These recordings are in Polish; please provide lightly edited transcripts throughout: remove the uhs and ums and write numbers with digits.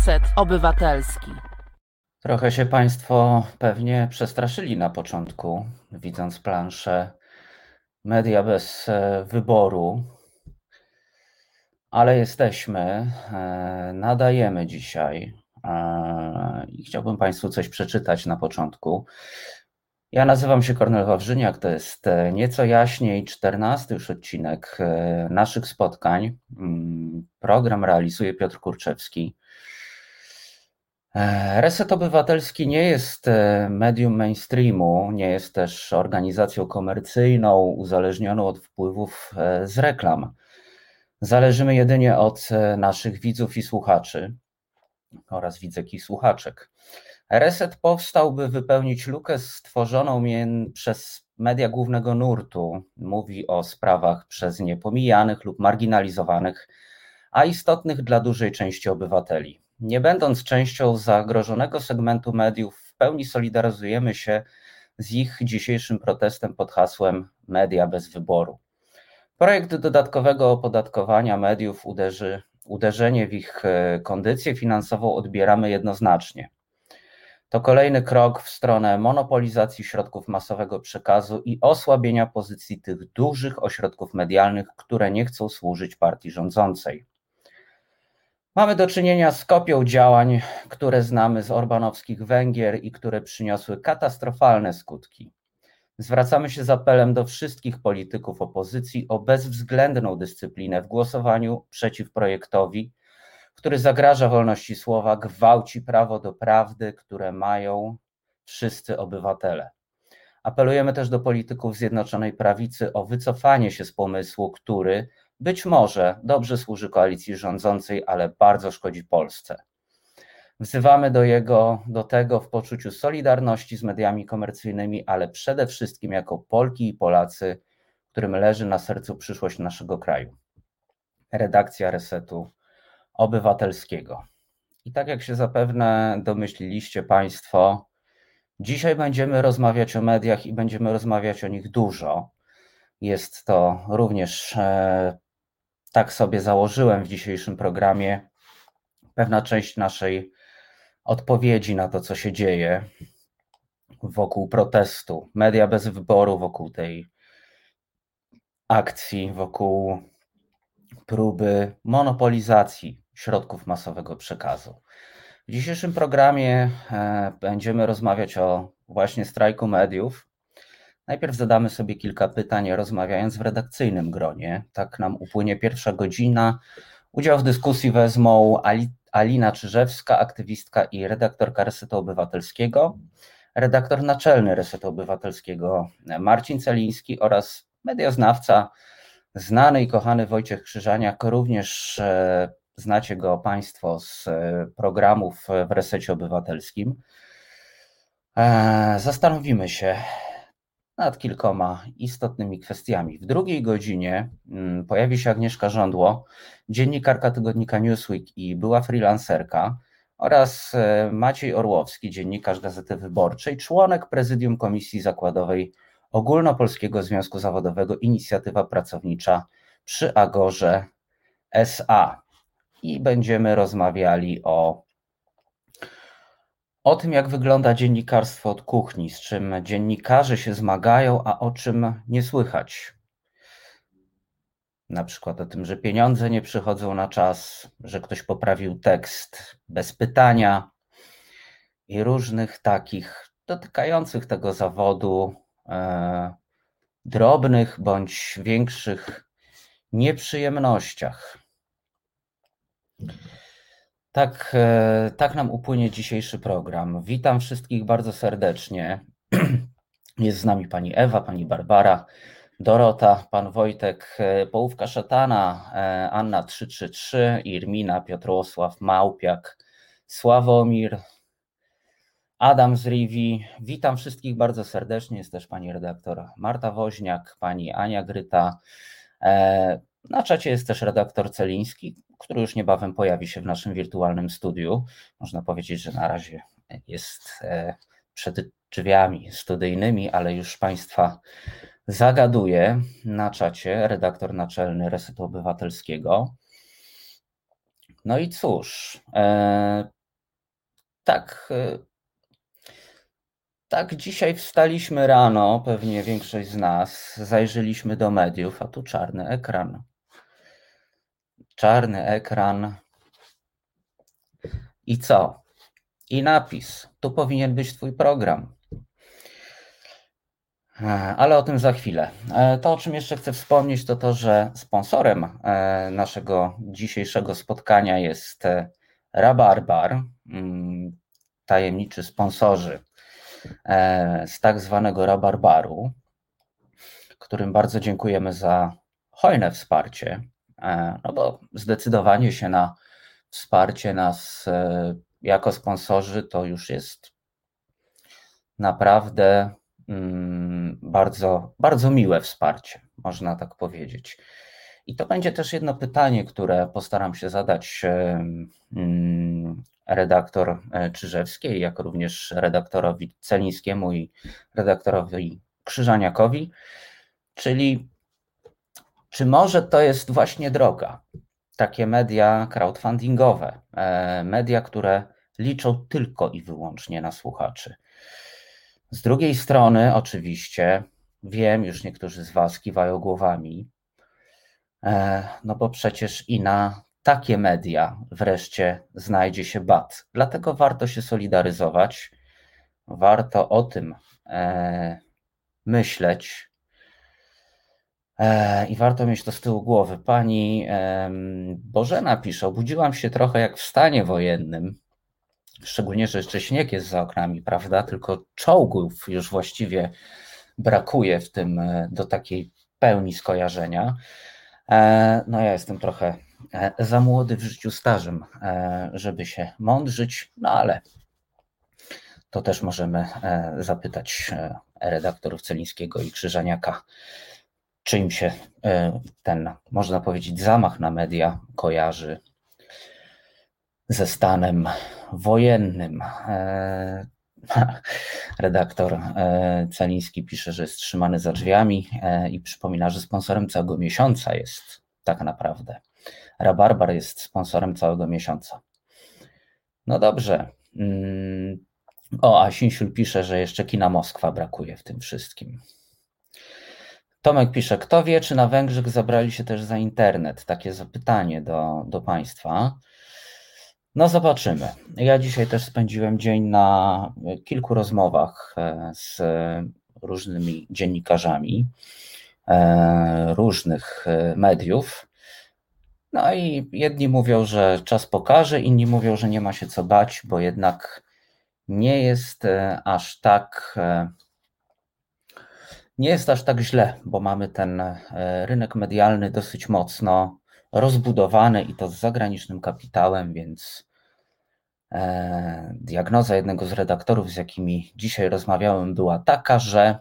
Reset Obywatelski. Trochę się Państwo pewnie przestraszyli na początku, widząc planszę Media bez wyboru, ale jesteśmy, nadajemy dzisiaj i chciałbym Państwu coś przeczytać na początku. Ja nazywam się Kornel Wawrzyniak, to jest nieco jaśniej 14 już odcinek naszych spotkań. Program realizuje Piotr Kurczewski. Reset Obywatelski nie jest medium mainstreamu, nie jest też organizacją komercyjną uzależnioną od wpływów z reklam. Zależymy jedynie od naszych widzów i słuchaczy oraz widzek i słuchaczek. Reset powstał, by wypełnić lukę stworzoną przez media głównego nurtu. Mówi o sprawach przez nie pomijanych lub marginalizowanych, a istotnych dla dużej części obywateli. Nie będąc częścią zagrożonego segmentu mediów, w pełni solidaryzujemy się z ich dzisiejszym protestem pod hasłem Media bez wyboru. Projekt dodatkowego opodatkowania mediów uderzenie w ich kondycję finansową odbieramy jednoznacznie. To kolejny krok w stronę monopolizacji środków masowego przekazu i osłabienia pozycji tych dużych ośrodków medialnych, które nie chcą służyć partii rządzącej. Mamy do czynienia z kopią działań, które znamy z orbanowskich Węgier i które przyniosły katastrofalne skutki. Zwracamy się z apelem do wszystkich polityków opozycji o bezwzględną dyscyplinę w głosowaniu przeciw projektowi, który zagraża wolności słowa, gwałci prawo do prawdy, które mają wszyscy obywatele. Apelujemy też do polityków Zjednoczonej Prawicy o wycofanie się z pomysłu, który być może dobrze służy koalicji rządzącej, ale bardzo szkodzi Polsce. Wzywamy do tego w poczuciu solidarności z mediami komercyjnymi, ale przede wszystkim jako Polki i Polacy, którym leży na sercu przyszłość naszego kraju. Redakcja Resetu Obywatelskiego. I tak jak się zapewne domyśliliście Państwo, dzisiaj będziemy rozmawiać o mediach i będziemy rozmawiać o nich dużo. Jest to również, tak sobie założyłem w dzisiejszym programie, pewna część naszej odpowiedzi na to, co się dzieje wokół protestu. Media bez wyboru, wokół tej akcji, wokół próby monopolizacji środków masowego przekazu. W dzisiejszym programie będziemy rozmawiać o właśnie strajku mediów. Najpierw zadamy sobie kilka pytań, rozmawiając w redakcyjnym gronie. Tak nam upłynie pierwsza godzina. Udział w dyskusji wezmą Alina Czyżewska, aktywistka i redaktorka Resetu Obywatelskiego, redaktor naczelny Resetu Obywatelskiego Marcin Celiński oraz medioznawca, znany i kochany Wojciech Krzyżaniak. Również znacie go Państwo z programów w Resecie Obywatelskim. Zastanowimy się nad kilkoma istotnymi kwestiami. W drugiej godzinie pojawi się Agnieszka Żądło, dziennikarka tygodnika Newsweek i była freelancerka, oraz Maciej Orłowski, dziennikarz Gazety Wyborczej, członek prezydium Komisji Zakładowej Ogólnopolskiego Związku Zawodowego Inicjatywa Pracownicza przy Agorze SA. I będziemy rozmawiali o tym, jak wygląda dziennikarstwo od kuchni, z czym dziennikarze się zmagają, a o czym nie słychać. Na przykład o tym, że pieniądze nie przychodzą na czas, że ktoś poprawił tekst bez pytania i różnych takich dotykających tego zawodu drobnych bądź większych nieprzyjemnościach. Tak nam upłynie dzisiejszy program. Witam wszystkich bardzo serdecznie. Jest z nami pani Ewa, pani Barbara, Dorota, pan Wojtek, Połówka Szatana, Anna 333, Irmina, Piotrosław, Małpiak, Sławomir, Adam z Rivi. Witam wszystkich bardzo serdecznie. Jest też pani redaktor Marta Woźniak, pani Ania Gryta. Na czacie jest też redaktor Celiński, który już niebawem pojawi się w naszym wirtualnym studiu. Można powiedzieć, że na razie jest przed drzwiami studyjnymi, ale już Państwa zagaduje na czacie, redaktor naczelny Resetu Obywatelskiego. No i cóż, Tak, dzisiaj wstaliśmy rano, pewnie większość z nas, zajrzeliśmy do mediów, a tu czarny ekran. Czarny ekran. I co? I napis. Tu powinien być twój program. Ale o tym za chwilę. To, o czym jeszcze chcę wspomnieć, to to, że sponsorem naszego dzisiejszego spotkania jest Rabarbar, tajemniczy sponsorzy z tak zwanego Rabarbaru, którym bardzo dziękujemy za hojne wsparcie, no bo zdecydowanie się na wsparcie nas jako sponsorzy to już jest naprawdę bardzo, bardzo miłe wsparcie, można tak powiedzieć. I to będzie też jedno pytanie, które postaram się zadać redaktor Czyżewskiej, jak również redaktorowi Celińskiemu i redaktorowi Krzyżaniakowi, czyli czy może to jest właśnie droga? Takie media crowdfundingowe, media, które liczą tylko i wyłącznie na słuchaczy. Z drugiej strony, oczywiście, wiem, już niektórzy z Was kiwają głowami, no bo przecież i na takie media wreszcie znajdzie się bat. Dlatego warto się solidaryzować, warto o tym myśleć i warto mieć to z tyłu głowy. Pani Bożena pisze, obudziłam się trochę jak w stanie wojennym, szczególnie, że jeszcze śnieg jest za oknami, prawda? Tylko czołgów już właściwie brakuje w tym do takiej pełni skojarzenia. No ja jestem trochę za młody w życiu stażym, żeby się mądrzyć, no ale to też możemy zapytać redaktorów Celińskiego i Krzyżaniaka, czy im się ten, można powiedzieć, zamach na media kojarzy ze stanem wojennym. Redaktor Celiński pisze, że jest trzymany za drzwiami i przypomina, że sponsorem całego miesiąca jest tak naprawdę. Rabarbar jest sponsorem całego miesiąca. No dobrze. A Sinsiul pisze, że jeszcze kina Moskwa brakuje w tym wszystkim. Tomek pisze, kto wie, czy na Węgrzech zabrali się też za internet? Takie zapytanie do Państwa. No zobaczymy. Ja dzisiaj też spędziłem dzień na kilku rozmowach z różnymi dziennikarzami różnych mediów. No i jedni mówią, że czas pokaże, inni mówią, że nie ma się co bać, bo jednak nie jest aż tak źle, bo mamy ten rynek medialny dosyć mocno rozbudowany i to z zagranicznym kapitałem, więc diagnoza jednego z redaktorów, z jakimi dzisiaj rozmawiałem, była taka, że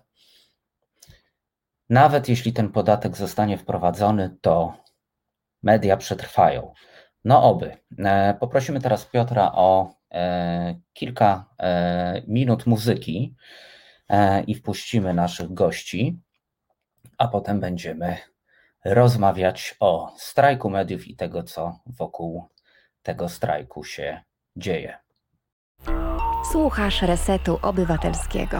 nawet jeśli ten podatek zostanie wprowadzony, to media przetrwają. No oby. Poprosimy teraz Piotra o kilka minut muzyki i wpuścimy naszych gości, a potem będziemy rozmawiać o strajku mediów i tego, co wokół tego strajku się dzieje. Słuchasz Resetu Obywatelskiego.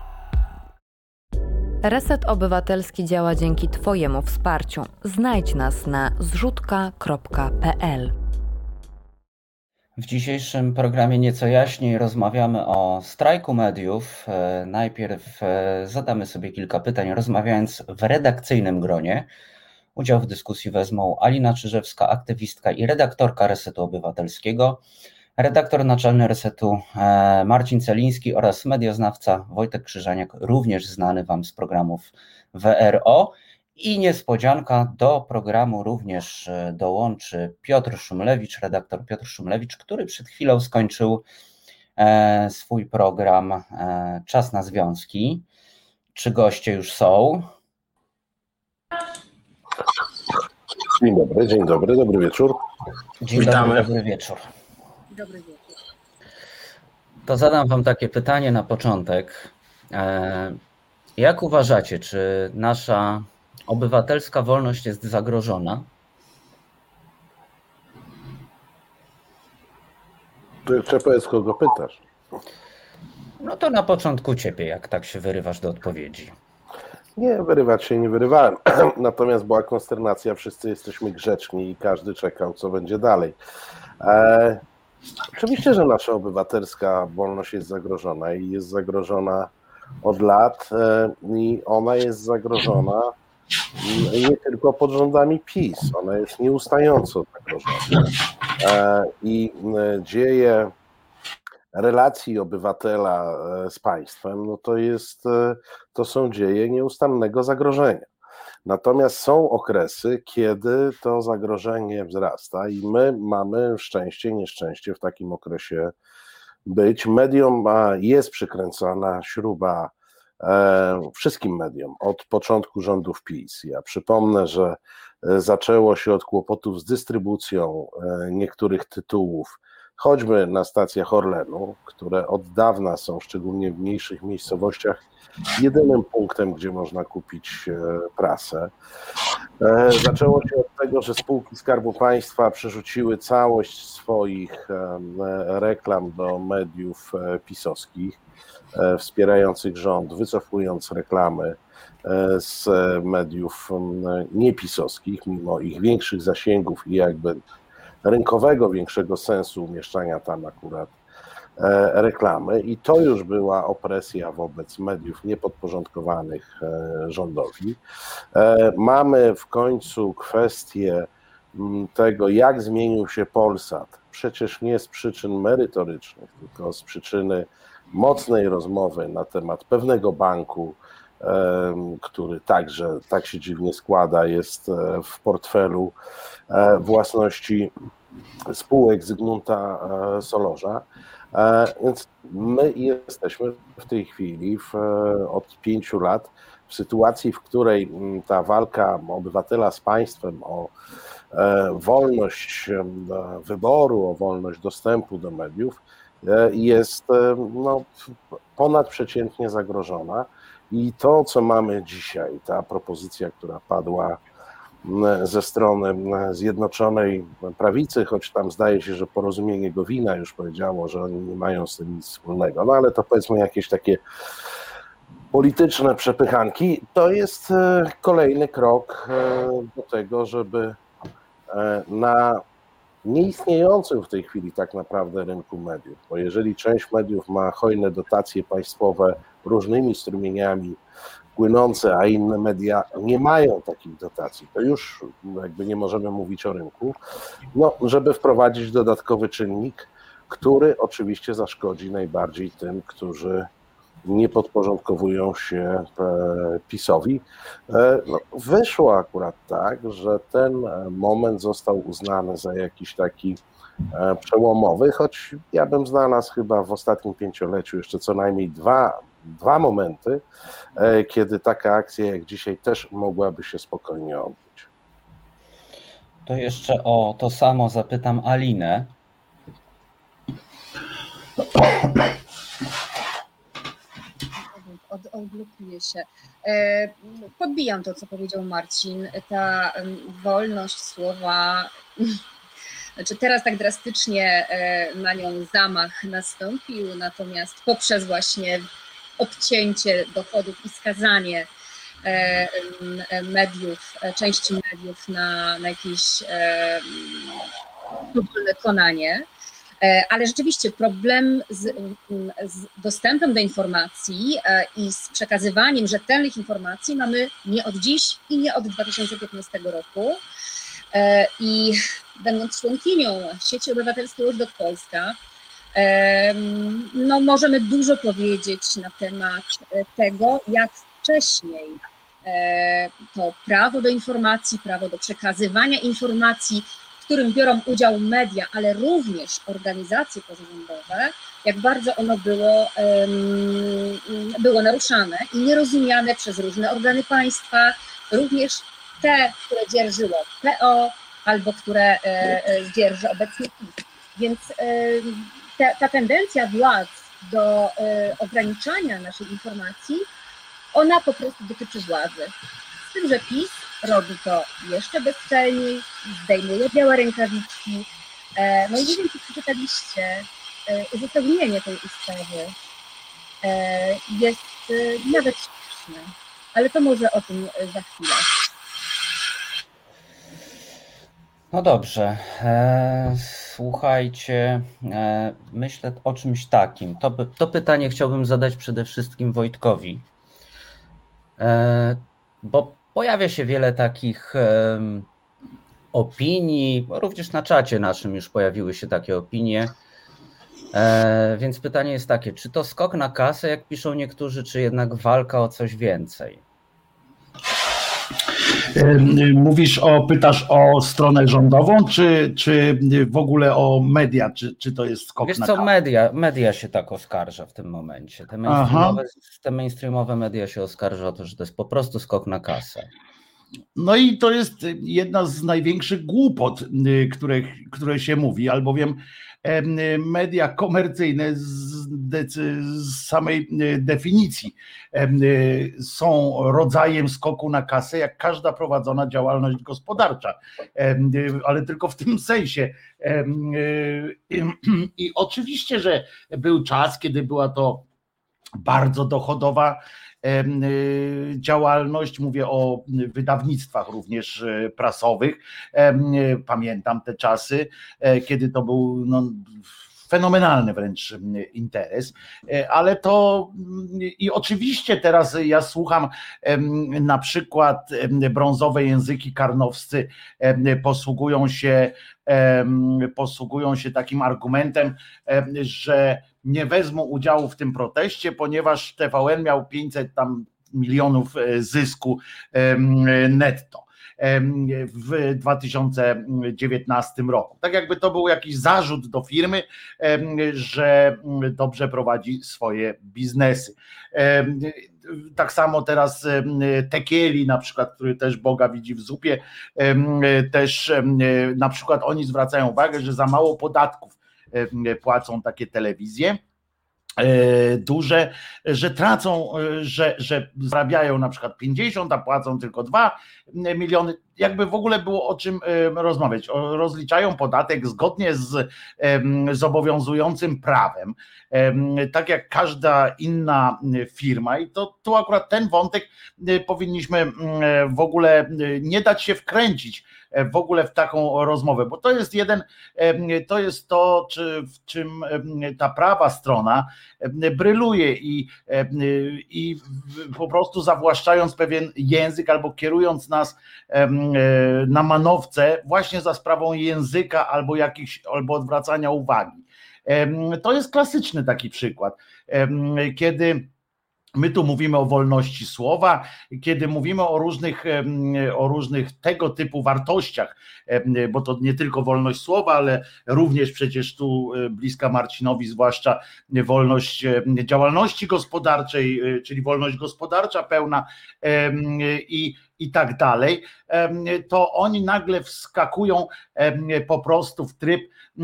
Reset Obywatelski działa dzięki Twojemu wsparciu. Znajdź nas na zrzutka.pl. W dzisiejszym programie Nieco Jaśniej rozmawiamy o strajku mediów. Najpierw zadamy sobie kilka pytań, rozmawiając w redakcyjnym gronie. Udział w dyskusji wezmą Alina Czyżewska, aktywistka i redaktorka Resetu Obywatelskiego, redaktor naczelny Resetu Marcin Celiński oraz medioznawca Wojtek Krzyżaniak, również znany Wam z programów WRO. I niespodzianka, do programu również dołączy Piotr Szumlewicz, redaktor Piotr Szumlewicz, który przed chwilą skończył swój program Czas na związki. Czy goście już są? Dzień dobry, dobry wieczór. Dobry wieczór. Dobry wieczór. To zadam Wam takie pytanie na początek. Jak uważacie, czy nasza obywatelska wolność jest zagrożona? To jeszcze powiedz, kogo pytasz. No to na początku ciebie, jak tak się wyrywasz do odpowiedzi. Nie, wyrywać się nie wyrywałem. Natomiast była konsternacja, wszyscy jesteśmy grzeczni i każdy czekał, co będzie dalej. Oczywiście, że nasza obywatelska wolność jest zagrożona i jest zagrożona od lat i ona jest zagrożona nie tylko pod rządami PiS, ona jest nieustająco zagrożona. I dzieje relacji obywatela z państwem, no to są dzieje nieustannego zagrożenia. Natomiast są okresy, kiedy to zagrożenie wzrasta i my mamy szczęście, nieszczęście w takim okresie być. Mediom jest przykręcana śruba, wszystkim mediom od początku rządów PiS. Ja przypomnę, że zaczęło się od kłopotów z dystrybucją niektórych tytułów, choćby na stacjach Orlenu, które od dawna są, szczególnie w mniejszych miejscowościach, jedynym punktem, gdzie można kupić prasę. Zaczęło się od tego, że spółki Skarbu Państwa przerzuciły całość swoich reklam do mediów pisowskich, wspierających rząd, wycofując reklamy z mediów niepisowskich, mimo ich większych zasięgów i jakby rynkowego, większego sensu umieszczania tam akurat reklamy. I to już była opresja wobec mediów niepodporządkowanych rządowi. Mamy w końcu kwestię tego, jak zmienił się Polsat. Przecież nie z przyczyn merytorycznych, tylko z przyczyny mocnej rozmowy na temat pewnego banku, który także, tak się dziwnie składa, jest w portfelu własności spółek Zygmunta Solorza. Więc my jesteśmy w tej chwili od 5 lat w sytuacji, w której ta walka obywatela z państwem o wolność wyboru, o wolność dostępu do mediów jest ponadprzeciętnie zagrożona. I to, co mamy dzisiaj, ta propozycja, która padła ze strony Zjednoczonej Prawicy, choć tam zdaje się, że Porozumienie Gowina już powiedziało, że oni nie mają z tym nic wspólnego, no ale to powiedzmy jakieś takie polityczne przepychanki, to jest kolejny krok do tego, żeby na nieistniejącym w tej chwili tak naprawdę rynku mediów, bo jeżeli część mediów ma hojne dotacje państwowe różnymi strumieniami płynące, a inne media nie mają takich dotacji, to już jakby nie możemy mówić o rynku, no, żeby wprowadzić dodatkowy czynnik, który oczywiście zaszkodzi najbardziej tym, którzy nie podporządkowują się PiS-owi. No, wyszło akurat tak, że ten moment został uznany za jakiś taki przełomowy, choć ja bym znalazł chyba w ostatnim 5-leciu jeszcze co najmniej dwa momenty, kiedy taka akcja jak dzisiaj też mogłaby się spokojnie odbyć. To jeszcze o to samo zapytam Alinę. Odblokuje się. Podbijam to, co powiedział Marcin. Ta wolność słowa, znaczy teraz tak drastycznie na nią zamach nastąpił, natomiast poprzez właśnie odcięcie dochodów i skazanie mediów, części mediów na jakieś dowolne konanie. Ale rzeczywiście problem z dostępem do informacji i z przekazywaniem rzetelnych informacji mamy nie od dziś i nie od 2015 roku. I będąc członkinią sieci obywatelskiej Watchdog Polska, no możemy dużo powiedzieć na temat tego, jak wcześniej to prawo do informacji, prawo do przekazywania informacji, w którym biorą udział media, ale również organizacje pozarządowe, jak bardzo ono było naruszane i nierozumiane przez różne organy państwa, również te, które dzierżyło PO albo które dzierży obecnie PiS. Więc ta tendencja władz do ograniczania naszej informacji, ona po prostu dotyczy władzy. Z tym, że PiS robi to jeszcze bezczelniej, zdejmuje białe rękawiczki. No i nie wiem, czy przeczytaliście uzupełnienie tej ustawy jest nawet śmieszne, ale to może o tym za chwilę. No dobrze, słuchajcie, myślę o czymś takim. To pytanie chciałbym zadać przede wszystkim Wojtkowi, bo pojawia się wiele takich opinii, również na czacie naszym już pojawiły się takie opinie, więc pytanie jest takie, czy to skok na kasę, jak piszą niektórzy, czy jednak walka o coś więcej? Pytasz o stronę rządową, czy w ogóle o media, czy to jest skok Wiesz na co, kasę? media się tak oskarża w tym momencie. Te mainstreamowe media się oskarża o to, że to jest po prostu skok na kasę. No i to jest jedna z największych głupot, które się mówi, albowiem media komercyjne z samej definicji są rodzajem skoku na kasę, jak każda prowadzona działalność gospodarcza, ale tylko w tym sensie. I oczywiście, że był czas, kiedy była to bardzo dochodowa działalność, mówię o wydawnictwach również prasowych. Pamiętam te czasy, kiedy to był fenomenalny wręcz interes, ale to i oczywiście teraz ja słucham na przykład brązowe języki karnowscy posługują się takim argumentem, że nie wezmą udziału w tym proteście, ponieważ TVN miał 500 tam milionów zysku netto w 2019 roku. Tak jakby to był jakiś zarzut do firmy, że dobrze prowadzi swoje biznesy. Tak samo teraz Tekieli na przykład, który też Boga widzi w zupie, też na przykład oni zwracają uwagę, że za mało podatków płacą takie telewizje duże, że tracą, że zarabiają na przykład 50, a płacą tylko 2 miliony. Jakby w ogóle było o czym rozmawiać. Rozliczają podatek zgodnie z obowiązującym prawem, tak jak każda inna firma, i to tu akurat ten wątek powinniśmy w ogóle nie dać się wkręcić w ogóle w taką rozmowę, bo to jest to, w czym ta prawa strona bryluje i po prostu zawłaszczając pewien język albo kierując nas na manowce właśnie za sprawą języka albo odwracania uwagi. To jest klasyczny taki przykład, kiedy my tu mówimy o wolności słowa, kiedy mówimy o różnych tego typu wartościach, bo to nie tylko wolność słowa, ale również przecież tu bliska Marcinowi zwłaszcza wolność działalności gospodarczej, czyli wolność gospodarcza pełna i tak dalej, to oni nagle wskakują po prostu w tryb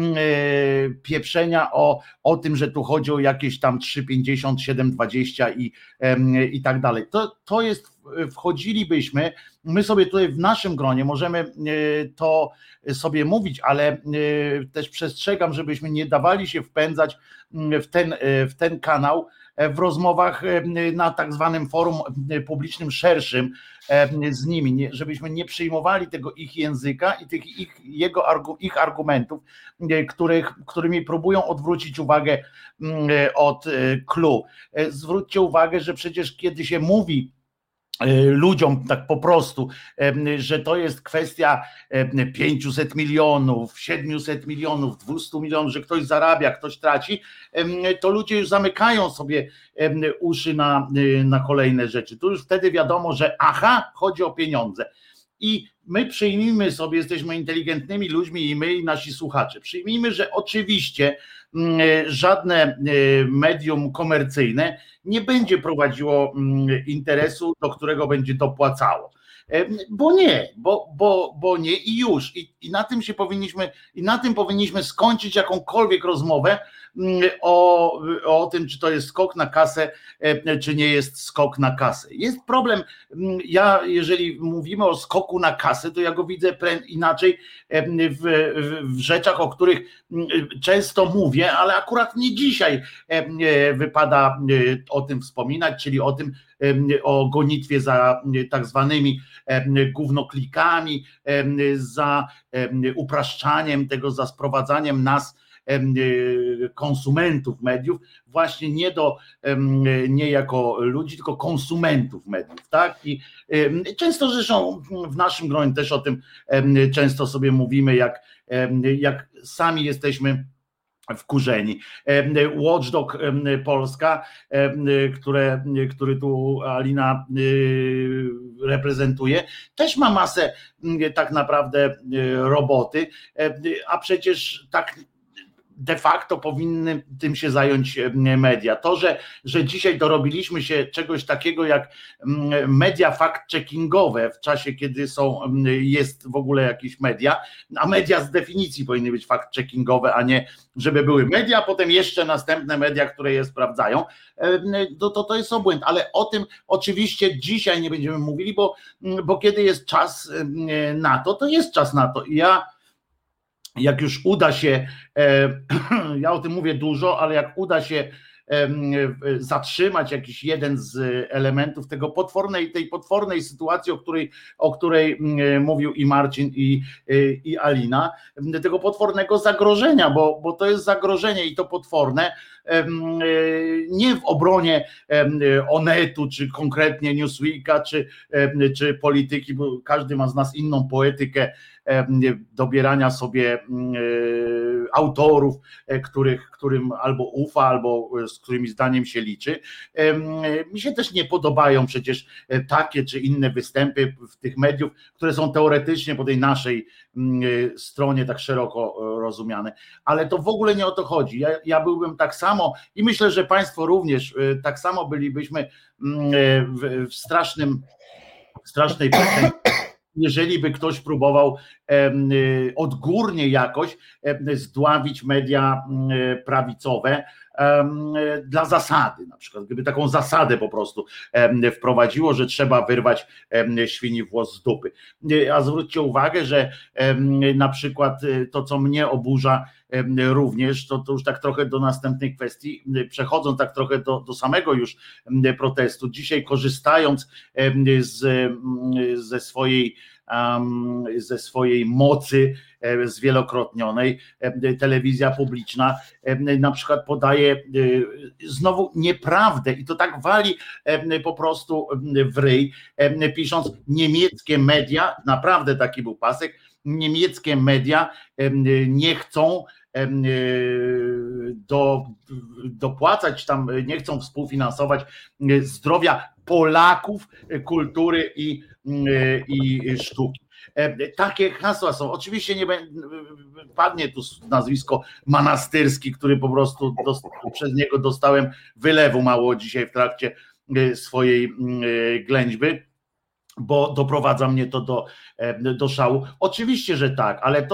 pieprzenia o tym, że tu chodzi o jakieś tam 3,50, 7,20 i tak dalej. To jest, wchodzilibyśmy, my sobie tutaj w naszym gronie możemy to sobie mówić, ale też przestrzegam, żebyśmy nie dawali się wpędzać w ten kanał w rozmowach na tak zwanym forum publicznym szerszym z nimi, żebyśmy nie przyjmowali tego ich języka i tych ich argumentów, którymi próbują odwrócić uwagę od clou. Zwróćcie uwagę, że przecież kiedy się mówi ludziom tak po prostu, że to jest kwestia 500 milionów, 700 milionów, 200 milionów, że ktoś zarabia, ktoś traci, to ludzie już zamykają sobie uszy na kolejne rzeczy. Tu już wtedy wiadomo, że chodzi o pieniądze. I my przyjmijmy sobie, jesteśmy inteligentnymi ludźmi i my i nasi słuchacze, przyjmijmy, że oczywiście żadne medium komercyjne nie będzie prowadziło interesu, do którego będzie dopłacało. bo nie, bo nie i już. I na tym powinniśmy skończyć jakąkolwiek rozmowę o tym, czy to jest skok na kasę, czy nie jest skok na kasę. Jest problem, jeżeli mówimy o skoku na kasę, to ja go widzę inaczej w rzeczach, o których często mówię, ale akurat nie dzisiaj wypada o tym wspominać, czyli o gonitwie za tak zwanymi gównoklikami, za upraszczaniem tego, za sprowadzaniem nas, konsumentów mediów, właśnie nie jako ludzi, tylko konsumentów mediów, tak? I często zresztą w naszym gronie też o tym często sobie mówimy, jak sami jesteśmy wkurzeni. Watchdog Polska, który tu Alina reprezentuje, też ma masę tak naprawdę roboty, a przecież tak de facto powinny tym się zająć media. To, że dzisiaj dorobiliśmy się czegoś takiego jak media fact-checkingowe w czasie, kiedy jest w ogóle jakieś media, a media z definicji powinny być fact-checkingowe, a nie żeby były media, a potem jeszcze następne media, które je sprawdzają, to jest obłęd, ale o tym oczywiście dzisiaj nie będziemy mówili, bo kiedy jest czas na to jest czas na to. I jak już uda się, ja o tym mówię dużo, ale jak uda się zatrzymać jakiś jeden z elementów tej potwornej sytuacji, o której mówił i Marcin, i Alina, tego potwornego zagrożenia, bo to jest zagrożenie i to potworne, nie w obronie Onetu, czy konkretnie Newsweeka, czy polityki, bo każdy ma z nas inną poetykę dobierania sobie autorów, którym albo ufa, albo z którymi zdaniem się liczy. Mi się też nie podobają przecież takie czy inne występy w tych mediów, które są teoretycznie po tej naszej stronie tak szeroko rozumiane, ale to w ogóle nie o to chodzi. Ja byłbym tak samo i myślę, że Państwo również tak samo bylibyśmy w strasznej pretensji, jeżeli by ktoś próbował odgórnie jakoś zdławić media prawicowe dla zasady, na przykład gdyby taką zasadę po prostu wprowadziło, że trzeba wyrwać świni włos z dupy. A zwróćcie uwagę, że na przykład to, co mnie oburza również, to już tak trochę do następnej kwestii, przechodząc tak trochę do samego już protestu, dzisiaj korzystając ze swojej mocy zwielokrotnionej, telewizja publiczna na przykład podaje znowu nieprawdę i to tak wali po prostu w ryj, pisząc niemieckie media, naprawdę taki był pasek, niemieckie media nie chcą dopłacać tam, nie chcą współfinansować zdrowia Polaków, kultury i sztuki. Takie hasła są. Oczywiście nie padnie tu nazwisko Manastyrski, który po prostu przez niego dostałem wylewu mało dzisiaj w trakcie swojej ględźby, bo doprowadza mnie to do szału. Oczywiście, że tak, ale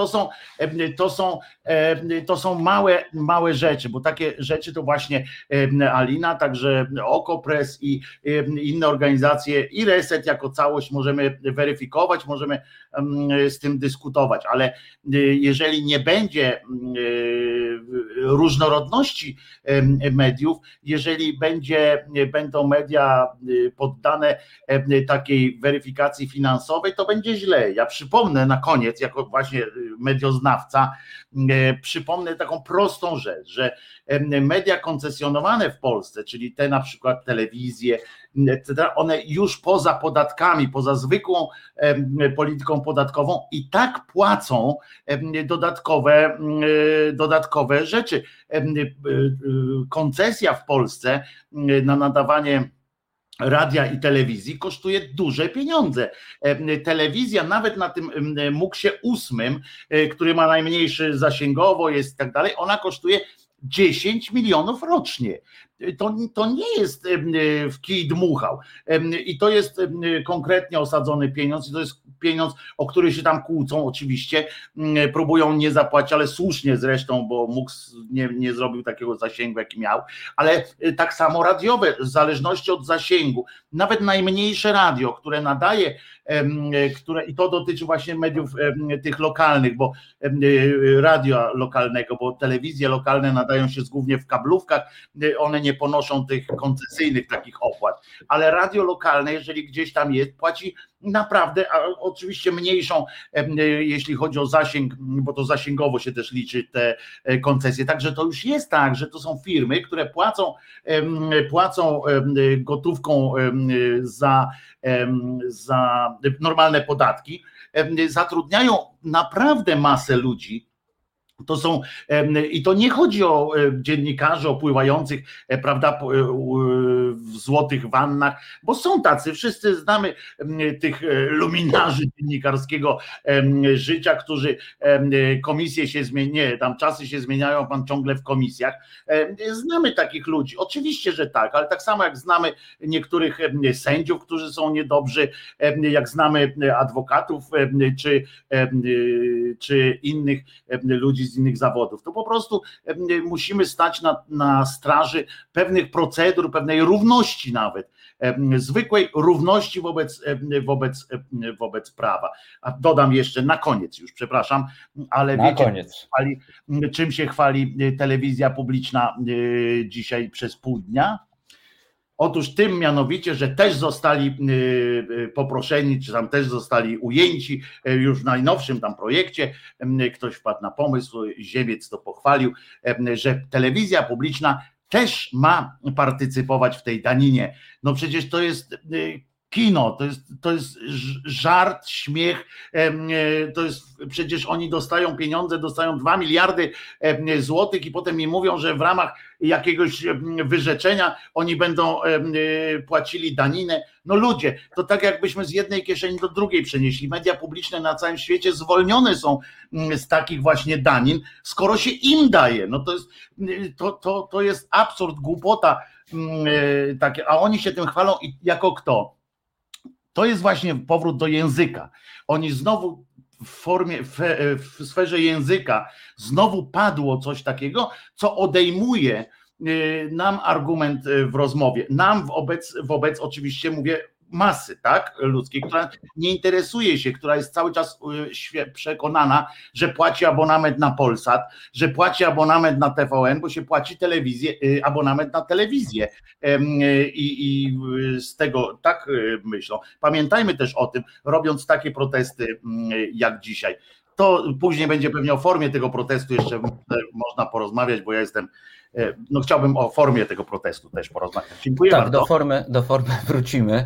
to są małe rzeczy, bo takie rzeczy to właśnie Alina, także Okopres i inne organizacje i Reset jako całość możemy weryfikować, możemy z tym dyskutować, ale jeżeli nie będzie różnorodności mediów, jeżeli będą media poddane takiej weryfikacji finansowej, to będzie źle. Ja przypomnę na koniec, jako właśnie medioznawca, przypomnę taką prostą rzecz, że media koncesjonowane w Polsce, czyli te na przykład telewizje, one już poza podatkami, poza zwykłą polityką podatkową i tak płacą dodatkowe rzeczy. Koncesja w Polsce na nadawanie radia i telewizji kosztuje duże pieniądze. Telewizja nawet na tym MUKS-ie 8, który ma najmniejszy zasięgowo jest i tak dalej, ona kosztuje 10 milionów rocznie. to nie jest w kij dmuchał. I to jest konkretnie osadzony pieniądz i to jest pieniądz, o który się tam kłócą oczywiście, próbują nie zapłacić, ale słusznie zresztą, bo nie zrobił takiego zasięgu, jaki miał, ale tak samo radiowe, w zależności od zasięgu, nawet najmniejsze radio, które nadaje, i to dotyczy właśnie mediów tych lokalnych, bo radia lokalnego, bo telewizje lokalne nadają się głównie w kablówkach, one nie ponoszą tych koncesyjnych takich opłat, ale radio lokalne, jeżeli gdzieś tam jest, płaci naprawdę, a oczywiście mniejszą, jeśli chodzi o zasięg, bo to zasięgowo się też liczy te koncesje, także to już jest tak, że to są firmy, które płacą gotówką za normalne podatki, zatrudniają naprawdę masę ludzi. To są, i to nie chodzi o dziennikarzy opływających, prawda, w złotych wannach, bo są tacy, wszyscy znamy tych luminarzy dziennikarskiego życia, którzy komisje się zmieniają, tam czasy się zmieniają, pan ciągle w komisjach. Znamy takich ludzi, oczywiście, że tak, ale tak samo jak znamy niektórych sędziów, którzy są niedobrzy, jak znamy adwokatów czy innych ludzi z innych zawodów. To po prostu musimy stać na straży pewnych procedur, pewnej równości nawet, zwykłej równości wobec prawa. A dodam jeszcze na koniec już, przepraszam, ale wiecie, czym się chwali telewizja publiczna dzisiaj przez pół dnia? Otóż tym mianowicie, że też zostali poproszeni, czy tam też zostali ujęci już w najnowszym tam projekcie, ktoś wpadł na pomysł, Ziemiec to pochwalił, że telewizja publiczna też ma partycypować w tej daninie. No przecież to jest kino, to jest żart, śmiech, to jest, przecież oni dostają pieniądze, dostają 2 miliardy złotych i potem mi mówią, że w ramach jakiegoś wyrzeczenia oni będą płacili daninę. No ludzie, to tak jakbyśmy z jednej kieszeni do drugiej przenieśli. Media publiczne na całym świecie zwolnione są z takich właśnie danin, skoro się im daje. No to jest absurd, głupota takie, a oni się tym chwalą i jako kto? To jest właśnie powrót do języka. Oni znowu w sferze języka znowu padło coś takiego, co odejmuje nam argument w rozmowie. Nam wobec oczywiście mówię masy, tak, ludzkiej, która nie interesuje się, która jest cały czas przekonana, że płaci abonament na Polsat, że płaci abonament na TVN, bo się płaci abonament na telewizję i z tego tak myślą. Pamiętajmy też o tym, robiąc takie protesty jak dzisiaj. To później będzie pewnie o formie tego protestu jeszcze można porozmawiać, bo ja chciałbym o formie tego protestu też porozmawiać. Dziękuję bardzo. Do formy wrócimy.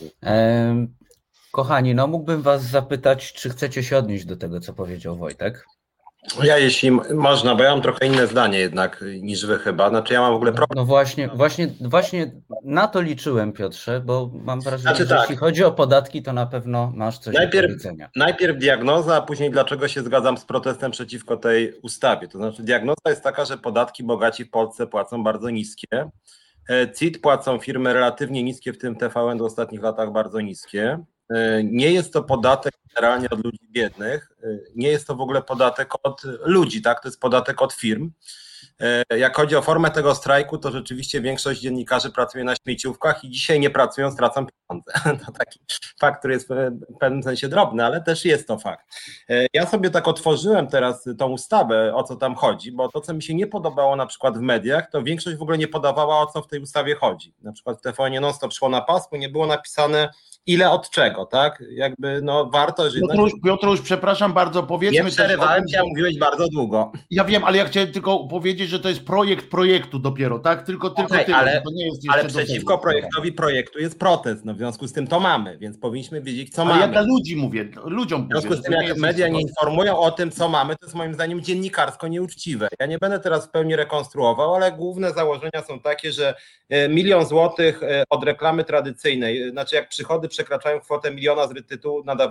Kochani, mógłbym was zapytać, czy chcecie się odnieść do tego, co powiedział Wojtek? Ja jeśli można, bo ja mam trochę inne zdanie jednak niż wy chyba, znaczy ja mam w ogóle problem. No właśnie na to liczyłem, Piotrze, bo mam wrażenie, że tak. Jeśli chodzi o podatki, to na pewno masz coś do powiedzenia. Najpierw diagnoza, a później dlaczego się zgadzam z protestem przeciwko tej ustawie. To znaczy diagnoza jest taka, że podatki bogaci w Polsce płacą bardzo niskie. CIT płacą firmy relatywnie niskie, w tym TVN w ostatnich latach bardzo niskie. Nie jest to podatek generalnie od ludzi biednych, nie jest to w ogóle podatek od ludzi, tak? To jest podatek od firm. Jak chodzi o formę tego strajku, to rzeczywiście większość dziennikarzy pracuje na śmieciówkach i dzisiaj nie pracują, stracą pieniądze. To taki fakt, który jest w pewnym sensie drobny, ale też jest to fakt. Ja sobie tak otworzyłem teraz tą ustawę, o co tam chodzi, bo to, co mi się nie podobało na przykład w mediach, to większość w ogóle nie podawała, o co w tej ustawie chodzi. Na przykład w TVN non-stop szło na pasku, nie było napisane ile od czego, tak? Jakby warto, że... Piotruś, przepraszam bardzo, powiedzmy... Nie przerywałem cię, a mówiłeś bardzo długo. Ja wiem, ale ja chciałem tylko powiedzieć, że to jest projekt projektu dopiero, tak? Tylko tyle, to nie jest jeszcze ale przeciwko projektowi projektu jest protest, w związku z tym to mamy, więc powinniśmy wiedzieć, co mamy. Ja dla ludzi mówię, ludziom w związku z tym, jak media nie informują o tym, co mamy, to jest moim zdaniem dziennikarsko nieuczciwe. Ja nie będę teraz w pełni rekonstruował, ale główne założenia są takie, że 1 000 000 złotych od reklamy tradycyjnej, znaczy jak przychody przekraczają kwotę 1 000 000 z tytułu nadawania reklamy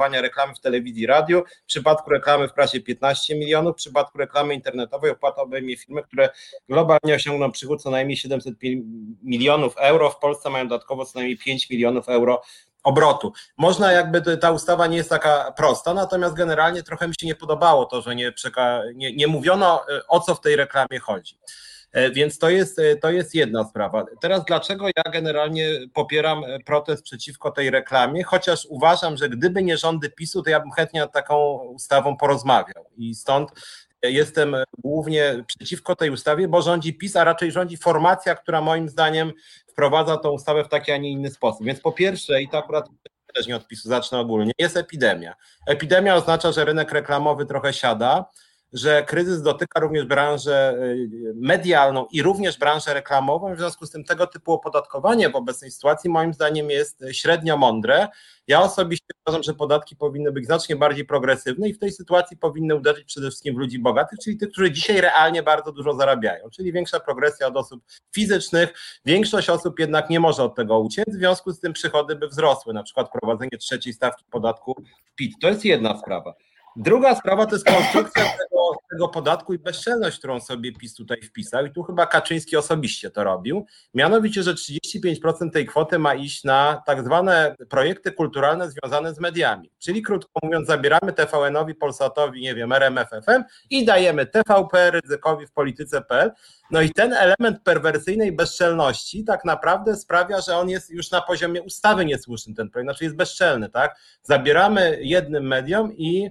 reklamy w telewizji, radiu, w przypadku reklamy w prasie 15 milionów, w przypadku reklamy internetowej opłata obejmie firmy, które globalnie osiągną przychód co najmniej 700 milionów euro, w Polsce mają dodatkowo co najmniej 5 milionów euro obrotu. Można jakby, ta ustawa nie jest taka prosta, natomiast generalnie trochę mi się nie podobało to, że nie mówiono, o co w tej reklamie chodzi. Więc to jest jedna sprawa. Teraz dlaczego ja generalnie popieram protest przeciwko tej reklamie, chociaż uważam, że gdyby nie rządy PiS-u, to ja bym chętnie nad taką ustawą porozmawiał i stąd jestem głównie przeciwko tej ustawie, bo rządzi PiS, a raczej rządzi formacja, która moim zdaniem wprowadza tą ustawę w taki, a nie inny sposób. Więc po pierwsze, i to akurat też nie od PiS-u, zacznę ogólnie, jest epidemia. Epidemia oznacza, że rynek reklamowy trochę siada, że kryzys dotyka również branżę medialną i również branżę reklamową, w związku z tym tego typu opodatkowanie w obecnej sytuacji moim zdaniem jest średnio mądre. Ja osobiście uważam, że podatki powinny być znacznie bardziej progresywne i w tej sytuacji powinny uderzyć przede wszystkim w ludzi bogatych, czyli tych, którzy dzisiaj realnie bardzo dużo zarabiają, czyli większa progresja od osób fizycznych. Większość osób jednak nie może od tego uciec, w związku z tym przychody by wzrosły, na przykład wprowadzenie 3. stawki podatku PIT. To jest jedna sprawa. Druga sprawa to jest konstrukcja tego podatku i bezczelność, którą sobie PiS tutaj wpisał i tu chyba Kaczyński osobiście to robił, mianowicie, że 35% tej kwoty ma iść na tak zwane projekty kulturalne związane z mediami, czyli krótko mówiąc zabieramy TVN-owi, Polsatowi, nie wiem, RMF FM i dajemy TVP, Rydzykowi w Polityce.pl. No i ten element perwersyjnej bezczelności tak naprawdę sprawia, że on jest już na poziomie ustawy niesłuszny ten projekt, znaczy jest bezczelny, tak? Zabieramy jednym mediom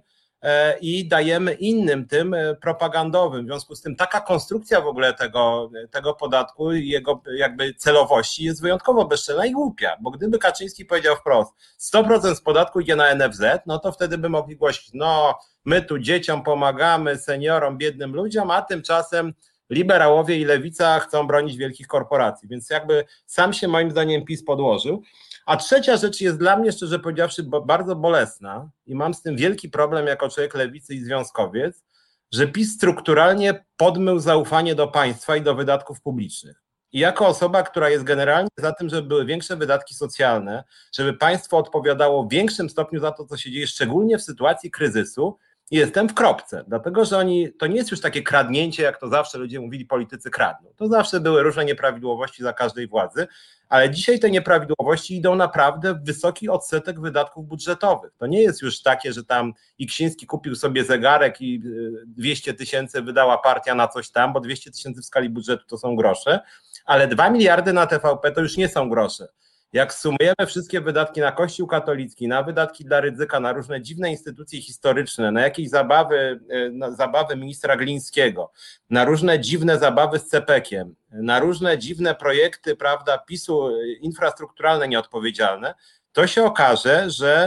i dajemy innym tym propagandowym. W związku z tym taka konstrukcja w ogóle tego podatku i jego jakby celowości jest wyjątkowo bezczelna i głupia, bo gdyby Kaczyński powiedział wprost 100% z podatku idzie na NFZ, no to wtedy by mogli głosić, no my tu dzieciom pomagamy, seniorom, biednym ludziom, a tymczasem liberałowie i lewica chcą bronić wielkich korporacji, więc jakby sam się moim zdaniem PiS podłożył. A trzecia rzecz jest dla mnie, szczerze powiedziawszy, bardzo bolesna i mam z tym wielki problem jako człowiek lewicy i związkowiec, że PiS strukturalnie podmył zaufanie do państwa i do wydatków publicznych. I jako osoba, która jest generalnie za tym, żeby były większe wydatki socjalne, żeby państwo odpowiadało w większym stopniu za to, co się dzieje, szczególnie w sytuacji kryzysu, jestem w kropce, dlatego że to nie jest już takie kradnięcie, jak to zawsze ludzie mówili, politycy kradną. To zawsze były różne nieprawidłowości za każdej władzy, ale dzisiaj te nieprawidłowości idą naprawdę w wysoki odsetek wydatków budżetowych. To nie jest już takie, że tam Iksiński kupił sobie zegarek i 200 000 wydała partia na coś tam, bo 200 000 w skali budżetu to są grosze, ale 2 miliardy na TVP to już nie są grosze. Jak sumujemy wszystkie wydatki na Kościół katolicki, na wydatki dla Rydzyka, na różne dziwne instytucje historyczne, na jakieś zabawy ministra Glińskiego, na różne dziwne zabawy z CPK-iem, na różne dziwne projekty, prawda, PiS-u infrastrukturalne nieodpowiedzialne, to się okaże, że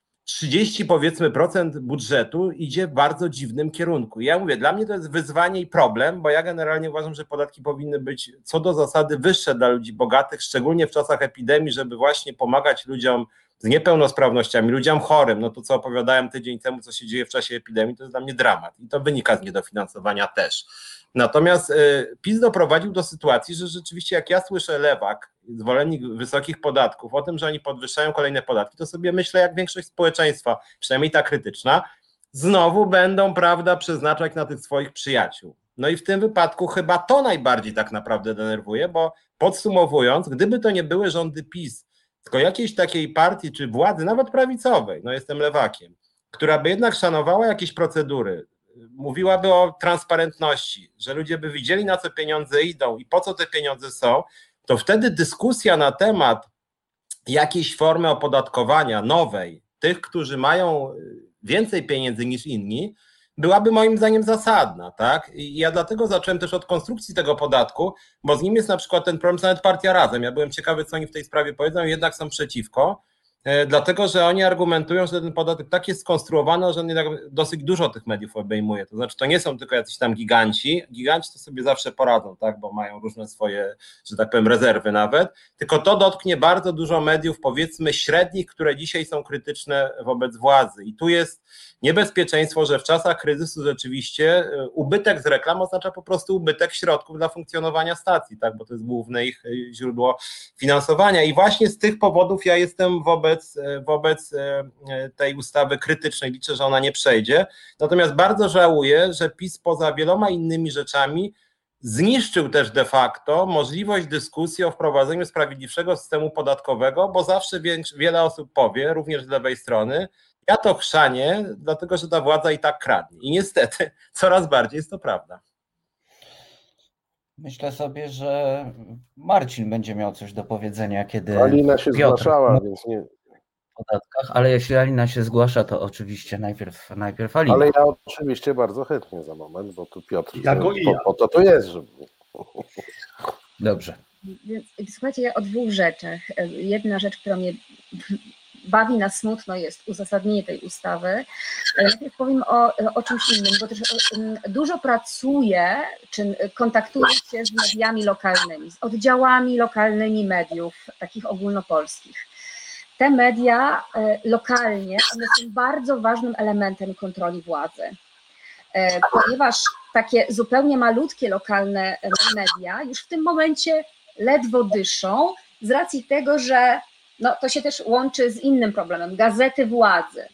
30% budżetu idzie w bardzo dziwnym kierunku. Ja mówię, dla mnie to jest wyzwanie i problem, bo ja generalnie uważam, że podatki powinny być co do zasady wyższe dla ludzi bogatych, szczególnie w czasach epidemii, żeby właśnie pomagać ludziom z niepełnosprawnościami, ludziom chorym. No to co opowiadałem tydzień temu, co się dzieje w czasie epidemii, to jest dla mnie dramat i to wynika z niedofinansowania też. Natomiast PiS doprowadził do sytuacji, że rzeczywiście jak ja słyszę lewak, zwolennik wysokich podatków, o tym, że oni podwyższają kolejne podatki, to sobie myślę, jak większość społeczeństwa, przynajmniej ta krytyczna, znowu będą, prawda, przeznaczać na tych swoich przyjaciół. No i w tym wypadku chyba to najbardziej tak naprawdę denerwuje, bo podsumowując, gdyby to nie były rządy PiS, tylko jakiejś takiej partii czy władzy, nawet prawicowej, no jestem lewakiem, która by jednak szanowała jakieś procedury, mówiłaby o transparentności, że ludzie by widzieli, na co pieniądze idą i po co te pieniądze są, to wtedy dyskusja na temat jakiejś formy opodatkowania nowej, tych, którzy mają więcej pieniędzy niż inni, byłaby moim zdaniem zasadna, tak? I ja dlatego zacząłem też od konstrukcji tego podatku, bo z nim jest na przykład ten problem, nawet partia Razem. Ja byłem ciekawy, co oni w tej sprawie powiedzą, jednak są przeciwko, dlatego że oni argumentują, że ten podatek tak jest skonstruowany, że on jednak dosyć dużo tych mediów obejmuje. To znaczy, to nie są tylko jacyś tam giganci. Giganci to sobie zawsze poradzą, tak, bo mają różne swoje, że tak powiem, rezerwy nawet, tylko to dotknie bardzo dużo mediów, powiedzmy średnich, które dzisiaj są krytyczne wobec władzy. I tu jest niebezpieczeństwo, że w czasach kryzysu rzeczywiście ubytek z reklam oznacza po prostu ubytek środków dla funkcjonowania stacji, tak, bo to jest główne ich źródło finansowania. I właśnie z tych powodów ja jestem wobec wobec tej ustawy krytycznej. Liczę, że ona nie przejdzie. Natomiast bardzo żałuję, że PiS poza wieloma innymi rzeczami zniszczył też de facto możliwość dyskusji o wprowadzeniu sprawiedliwszego systemu podatkowego, bo zawsze wiele osób powie, również z lewej strony, ja to chrzanię, dlatego że ta władza i tak kradnie. I niestety coraz bardziej jest to prawda. Myślę sobie, że Marcin będzie miał coś do powiedzenia, kiedy Alina się Piotr zgłaszała, mówi więc nie. o podatkach, ale jeśli Alina się zgłasza, to oczywiście najpierw Alina. Ale ja oczywiście bardzo chętnie za moment, bo tu Piotr Ja. po to tu jest, żeby... Dobrze. Więc słuchajcie, o dwóch rzeczach. Jedna rzecz, która mnie bawi na smutno, jest uzasadnienie tej ustawy. Najpierw powiem o czymś innym, bo też dużo pracuję, czy kontaktuję się z mediami lokalnymi, z oddziałami lokalnymi mediów, takich ogólnopolskich. Te media lokalnie, one są bardzo ważnym elementem kontroli władzy, ponieważ takie zupełnie malutkie lokalne media już w tym momencie ledwo dyszą z racji tego, że no, to się też łączy z innym problemem, gazety władzy.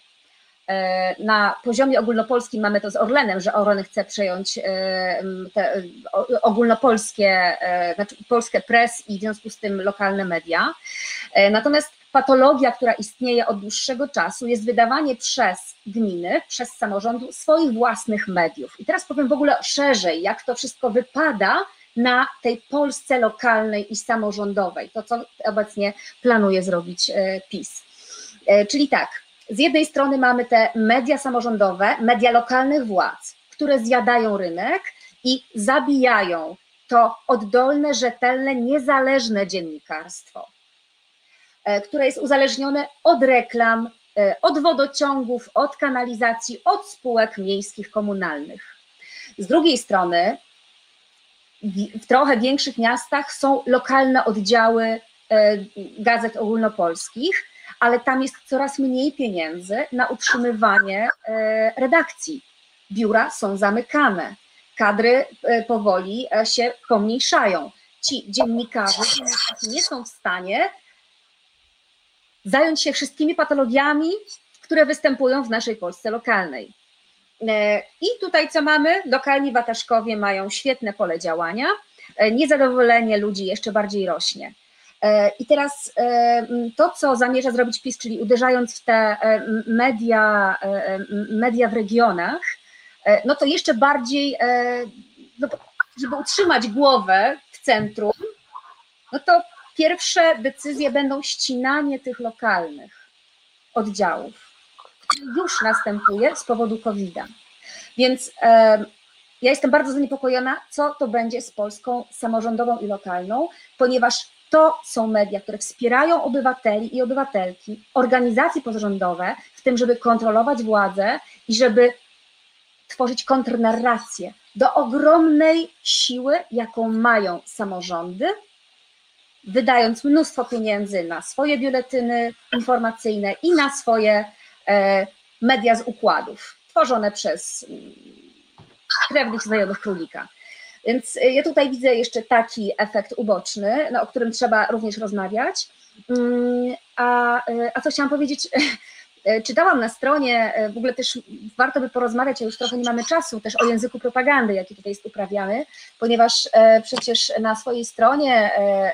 Na poziomie ogólnopolskim mamy to z Orlenem, że Orlen chce przejąć te ogólnopolskie, znaczy polskie press i w związku z tym lokalne media. Natomiast patologia, która istnieje od dłuższego czasu, jest wydawanie przez gminy, przez samorządu swoich własnych mediów. I teraz powiem w ogóle szerzej, jak to wszystko wypada na tej Polsce lokalnej i samorządowej, to co obecnie planuje zrobić PiS. Czyli tak, z jednej strony mamy te media samorządowe, media lokalnych władz, które zjadają rynek i zabijają to oddolne, rzetelne, niezależne dziennikarstwo, które jest uzależnione od reklam, od wodociągów, od kanalizacji, od spółek miejskich, komunalnych. Z drugiej strony w trochę większych miastach są lokalne oddziały gazet ogólnopolskich, ale tam jest coraz mniej pieniędzy na utrzymywanie redakcji. Biura są zamykane, kadry powoli się pomniejszają. Ci dziennikarze nie są w stanie zająć się wszystkimi patologiami, które występują w naszej Polsce lokalnej. I tutaj co mamy? Lokalni wataszkowie mają świetne pole działania, niezadowolenie ludzi jeszcze bardziej rośnie. I teraz to, co zamierza zrobić PiS, czyli uderzając w te media w regionach, no to jeszcze bardziej, no, żeby utrzymać głowę w centrum, no to pierwsze decyzje będą ścinanie tych lokalnych oddziałów, które już następuje z powodu COVID-a. Więc ja jestem bardzo zaniepokojona, co to będzie z Polską samorządową i lokalną, ponieważ to są media, które wspierają obywateli i obywatelki, organizacje pozarządowe w tym, żeby kontrolować władzę i żeby tworzyć kontrnarrację do ogromnej siły, jaką mają samorządy, wydając mnóstwo pieniędzy na swoje biuletyny informacyjne i na swoje media z układów, tworzone przez krewnych znajomych królika. Więc ja tutaj widzę jeszcze taki efekt uboczny, no, o którym trzeba również rozmawiać. A co chciałam powiedzieć, czytałam na stronie, w ogóle też warto by porozmawiać, a już trochę nie mamy czasu, też o języku propagandy, jaki tutaj jest uprawiany, ponieważ przecież na swojej stronie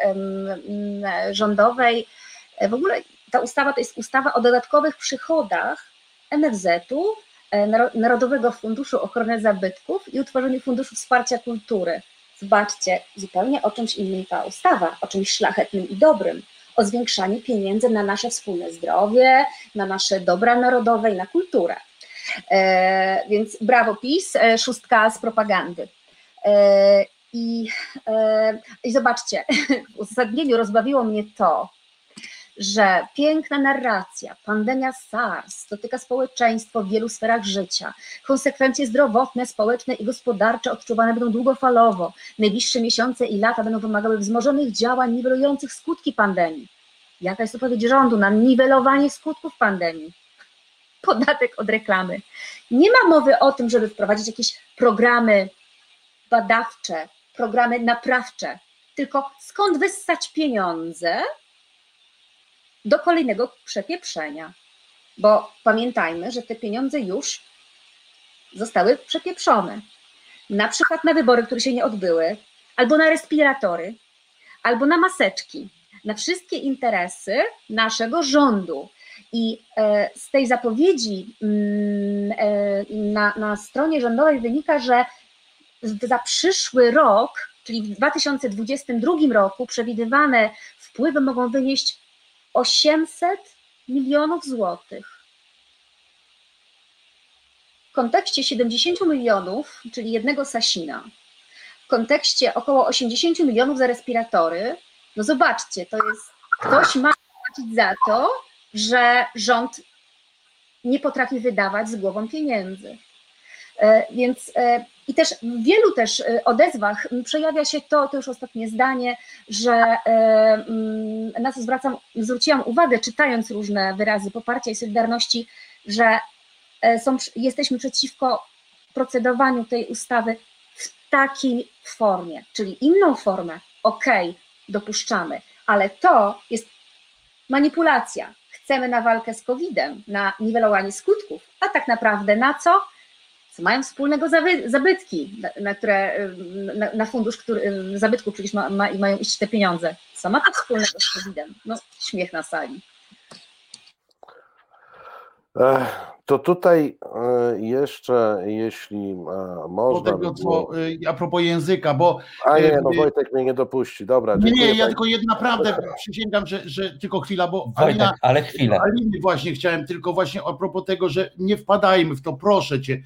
rządowej w ogóle ta ustawa to jest ustawa o dodatkowych przychodach NFZ-u, Narodowego Funduszu Ochrony Zabytków i utworzeniu Funduszu Wsparcia Kultury. Zobaczcie, zupełnie o czymś innym ta ustawa, o czymś szlachetnym i dobrym, o zwiększaniu pieniędzy na nasze wspólne zdrowie, na nasze dobra narodowe i na kulturę. Więc brawo PiS, szóstka z propagandy. I zobaczcie, w uzasadnieniu rozbawiło mnie to, że piękna narracja, pandemia SARS dotyka społeczeństwo w wielu sferach życia. Konsekwencje zdrowotne, społeczne i gospodarcze odczuwane będą długofalowo. Najbliższe miesiące i lata będą wymagały wzmożonych działań niwelujących skutki pandemii. Jaka jest odpowiedź rządu na niwelowanie skutków pandemii? Podatek od reklamy. Nie ma mowy o tym, żeby wprowadzić jakieś programy badawcze, programy naprawcze, tylko skąd wyssać pieniądze do kolejnego przepieprzenia. Bo pamiętajmy, że te pieniądze już zostały przepieprzone. Na przykład na wybory, które się nie odbyły, albo na respiratory, albo na maseczki, na wszystkie interesy naszego rządu. I z tej zapowiedzi na stronie rządowej wynika, że za przyszły rok, czyli w 2022 roku, przewidywane wpływy mogą wynieść 800 milionów złotych. W kontekście 70 milionów, czyli jednego Sasina, w kontekście około 80 milionów za respiratory, no zobaczcie, to jest, ktoś ma płacić za to, że rząd nie potrafi wydawać z głową pieniędzy. Więc i też w wielu też odezwach przejawia się to już ostatnie zdanie, że na co zwróciłam uwagę, czytając różne wyrazy poparcia i solidarności, że jesteśmy przeciwko procedowaniu tej ustawy w takiej formie, czyli inną formę, dopuszczamy, ale to jest manipulacja. Chcemy na walkę z COVID-em, na niwelowanie skutków, a tak naprawdę na co? Co mają wspólnego zabytki, na fundusz zabytków przecież mają iść te pieniądze. Co ma to wspólnego z COVID-em? No, śmiech na sali. To tutaj jeszcze, jeśli można... A propos języka, bo... Wojtek mnie nie dopuści, dobra. Nie, ja tylko naprawdę przysięgam, że tylko chwila, bo Wojtek, ale chwilę. Aliny właśnie chciałem, tylko właśnie a propos tego, że nie wpadajmy w to, proszę cię,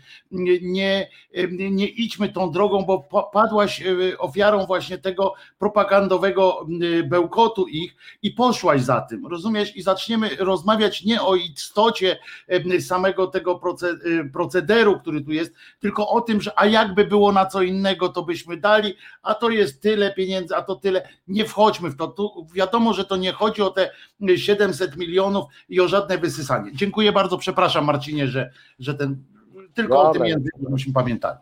nie idźmy tą drogą, bo padłaś ofiarą właśnie tego propagandowego bełkotu ich i poszłaś za tym, rozumiesz? I zaczniemy rozmawiać nie o istocie samego tego procederu, który tu jest, tylko o tym, że a jakby było na co innego, to byśmy dali, a to jest tyle pieniędzy, a to tyle. Nie wchodźmy w to. Tu wiadomo, że to nie chodzi o te 700 milionów i o żadne wysysanie. Dziękuję bardzo, przepraszam Marcinie, że tylko o tym języku musimy pamiętać.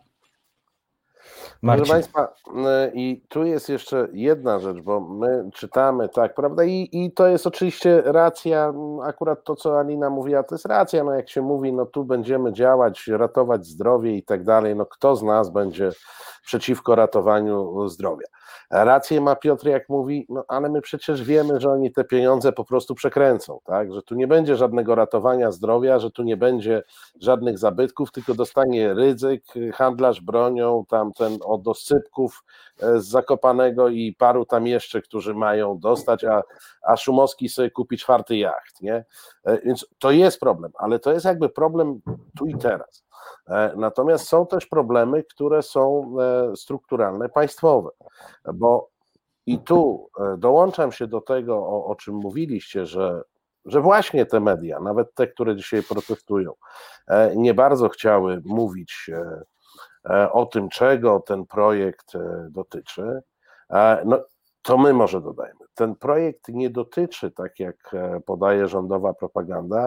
Proszę Państwa, i tu jest jeszcze jedna rzecz, bo my czytamy, tak, prawda, i to jest oczywiście racja, akurat to, co Alina mówiła, to jest racja, no jak się mówi, no tu będziemy działać, ratować zdrowie i tak dalej, no kto z nas będzie przeciwko ratowaniu zdrowia. Rację ma Piotr, jak mówi, no ale my przecież wiemy, że oni te pieniądze po prostu przekręcą, tak, że tu nie będzie żadnego ratowania zdrowia, że tu nie będzie żadnych zabytków, tylko dostanie Rydzyk, handlarz bronią, tamten od oscypków z Zakopanego i paru tam jeszcze, którzy mają dostać, a Szumowski sobie kupi 4. jacht, nie? Więc to jest problem, ale to jest jakby problem tu i teraz. Natomiast są też problemy, które są strukturalne, państwowe, bo i tu dołączam się do tego, o czym mówiliście, że właśnie te media, nawet te, które dzisiaj protestują, nie bardzo chciały mówić o tym, czego ten projekt dotyczy. No, to my może dodajmy. Ten projekt nie dotyczy, tak jak podaje rządowa propaganda,